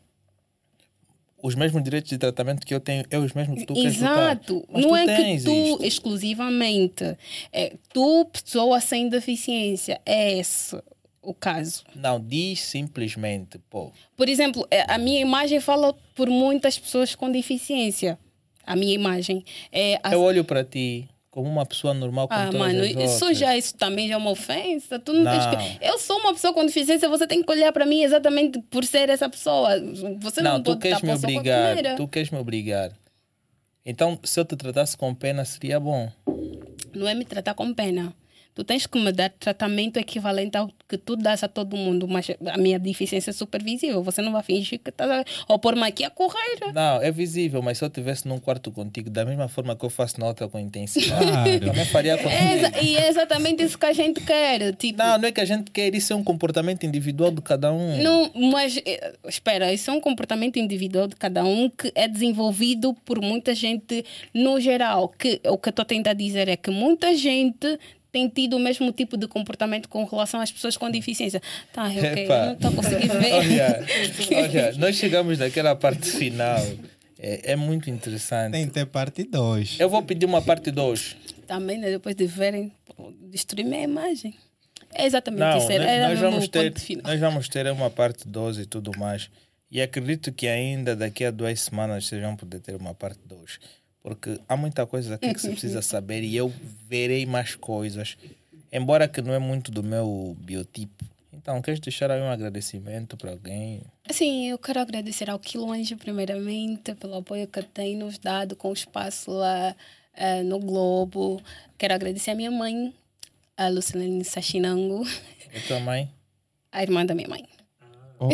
Os mesmos direitos de tratamento que eu tenho, é os mesmos que tu queres lutar. Exato. Mas Não tu é que tens tu isto. exclusivamente. Tu, pessoa sem deficiência. É esse o caso. Não, diz simplesmente, pô. Por exemplo, a minha imagem fala por muitas pessoas com deficiência. A minha imagem. Eu olho para ti como uma pessoa normal como todas Mano, as outras. isso também já é uma ofensa. Tu não Não. tens que... Eu sou uma pessoa com deficiência, você tem que olhar para mim exatamente por ser essa pessoa. Você não, Não, tu pode queres estar me posto de qualquer obrigar. maneira. Tu queres me obrigar. Então, se eu te tratasse com pena, seria bom. Não é me tratar com pena. Tu tens que me dar tratamento equivalente ao que tu dás a todo mundo, mas a minha deficiência é super visível. Você não vai fingir que está... Ou pôr-me aqui a correr. Não, é visível, mas se eu estivesse num quarto contigo, da mesma forma que eu faço na outra com intensidade, Claro. também faria contigo. E é exatamente isso que a gente quer. Tipo, Não é que a gente quer, isso é um comportamento individual de cada um. não, mas, espera, isso é um comportamento individual de cada um que é desenvolvido por muita gente no geral. Que, o que eu estou a tentar dizer é que muita gente tem tido o mesmo tipo de comportamento com relação às pessoas com deficiência. Tá, ok, Epa. eu não estou a conseguir ver. Olha, nós chegamos naquela parte final. É muito interessante. Tem que ter parte 2. Eu vou pedir uma parte 2. Também, né, depois de verem, destruir minha imagem. É exatamente Não, isso. Era nós o meu vamos ter, ponto final. nós vamos ter uma parte 12 e tudo mais. E acredito que ainda daqui a 2 semanas vocês vão poder ter uma parte 2. Porque há muita coisa aqui que se precisa saber e eu verei mais coisas. Embora que não é muito do meu biotipo. Então, queres deixar aí um agradecimento para alguém? Assim, eu quero agradecer ao Quilonge, primeiramente, pelo apoio que tem nos dado com o espaço lá no Globo. Quero agradecer à minha mãe, a Lucilene Sachinango, E tua mãe? a irmã da minha mãe. Oh, oh.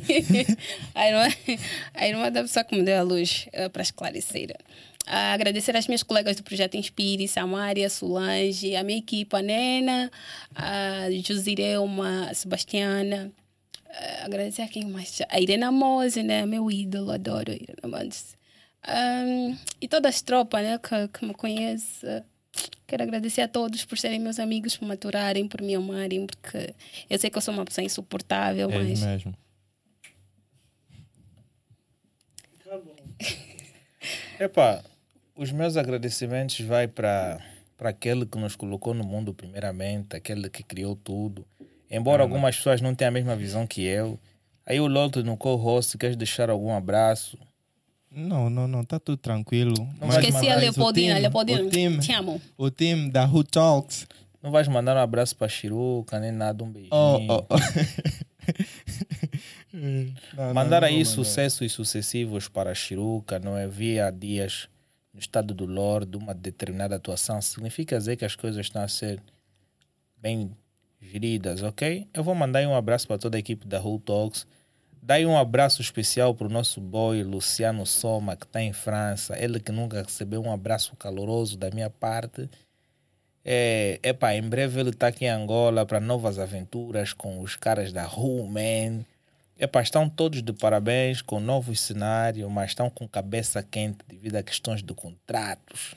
a irmã da pessoa que me deu a luz para esclarecer. Agradecer às minhas colegas do Projeto Inspire, Samária, Solange, a minha equipa, a Nena, a Josirelma, a Sebastiana. Agradecer a quem mais? A Irena Mose, né? Meu ídolo, adoro a Irena Mose. E toda as tropas, né? Que me conhece. Quero agradecer a todos por serem meus amigos, por me aturarem, por me amarem, porque eu sei que eu sou uma pessoa insuportável, É mas... mesmo. Tá bom. Epá, os meus agradecimentos vai para aquele que nos colocou no mundo primeiramente, aquele que criou tudo. Embora algumas pessoas não tenham a mesma visão que eu. Aí o Loto no co-host, queres deixar algum abraço? Não, tá tudo tranquilo. Esqueci a Mas Leopoldina, o time, te amo. o time da Who Talks. Não vais mandar um abraço para Chiruca, nem nada, um beijinho. Oh. Mandar aí sucessos sucessivos para a Chiruca, não é? Via dias no estado do lore de uma determinada atuação, significa dizer que as coisas estão a ser bem geridas, ok? Eu vou mandar aí um abraço para toda a equipe da Who Talks. Dai um abraço especial para o nosso boy Luciano Soma, que está em França. Ele que nunca recebeu um abraço caloroso da minha parte. Em breve ele está aqui em Angola para novas aventuras com os caras da Who, man. Estão todos de parabéns com novos cenários, mas estão com cabeça quente devido a questões de contratos.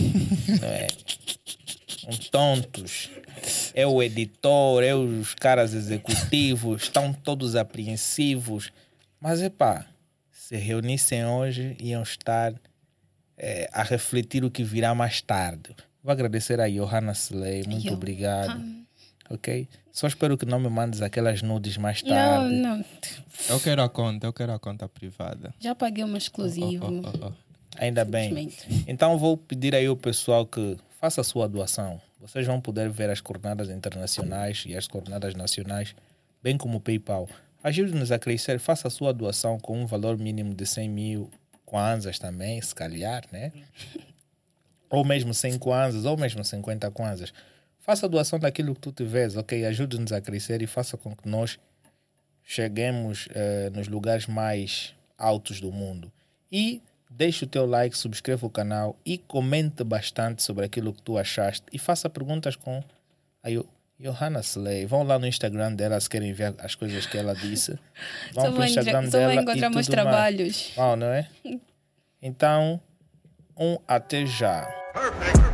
Tontos. É o editor, é os caras executivos, estão todos apreensivos. Mas, se reunissem hoje, iam estar a refletir o que virá mais tarde. Vou agradecer a Johanna Slay, muito obrigado. Ok? Só espero que não me mandes aquelas nudes mais tarde. Não. Eu quero a conta privada. Já paguei uma exclusiva. Ainda bem. Então vou pedir aí ao pessoal que faça a sua doação. Vocês vão poder ver as coordenadas internacionais e as coordenadas nacionais, bem como o PayPal. Ajude-nos a crescer, faça a sua doação com um valor mínimo de 100 mil kwanzas também, se calhar, né? Ou mesmo 100 kwanzas, ou mesmo 50 kwanzas. Faça a doação daquilo que tu tiveres, ok? Ajude-nos a crescer e faça com que nós cheguemos nos lugares mais altos do mundo. E deixe o teu like, subscreva o canal e comente bastante sobre aquilo que tu achaste. E faça perguntas com a Johanna Slay. Vão lá no Instagram dela se querem ver as coisas que ela disse. Vão para o Instagram dela só vai e encontrar tudo meus trabalhos. Não é? Então, até já. Perfect.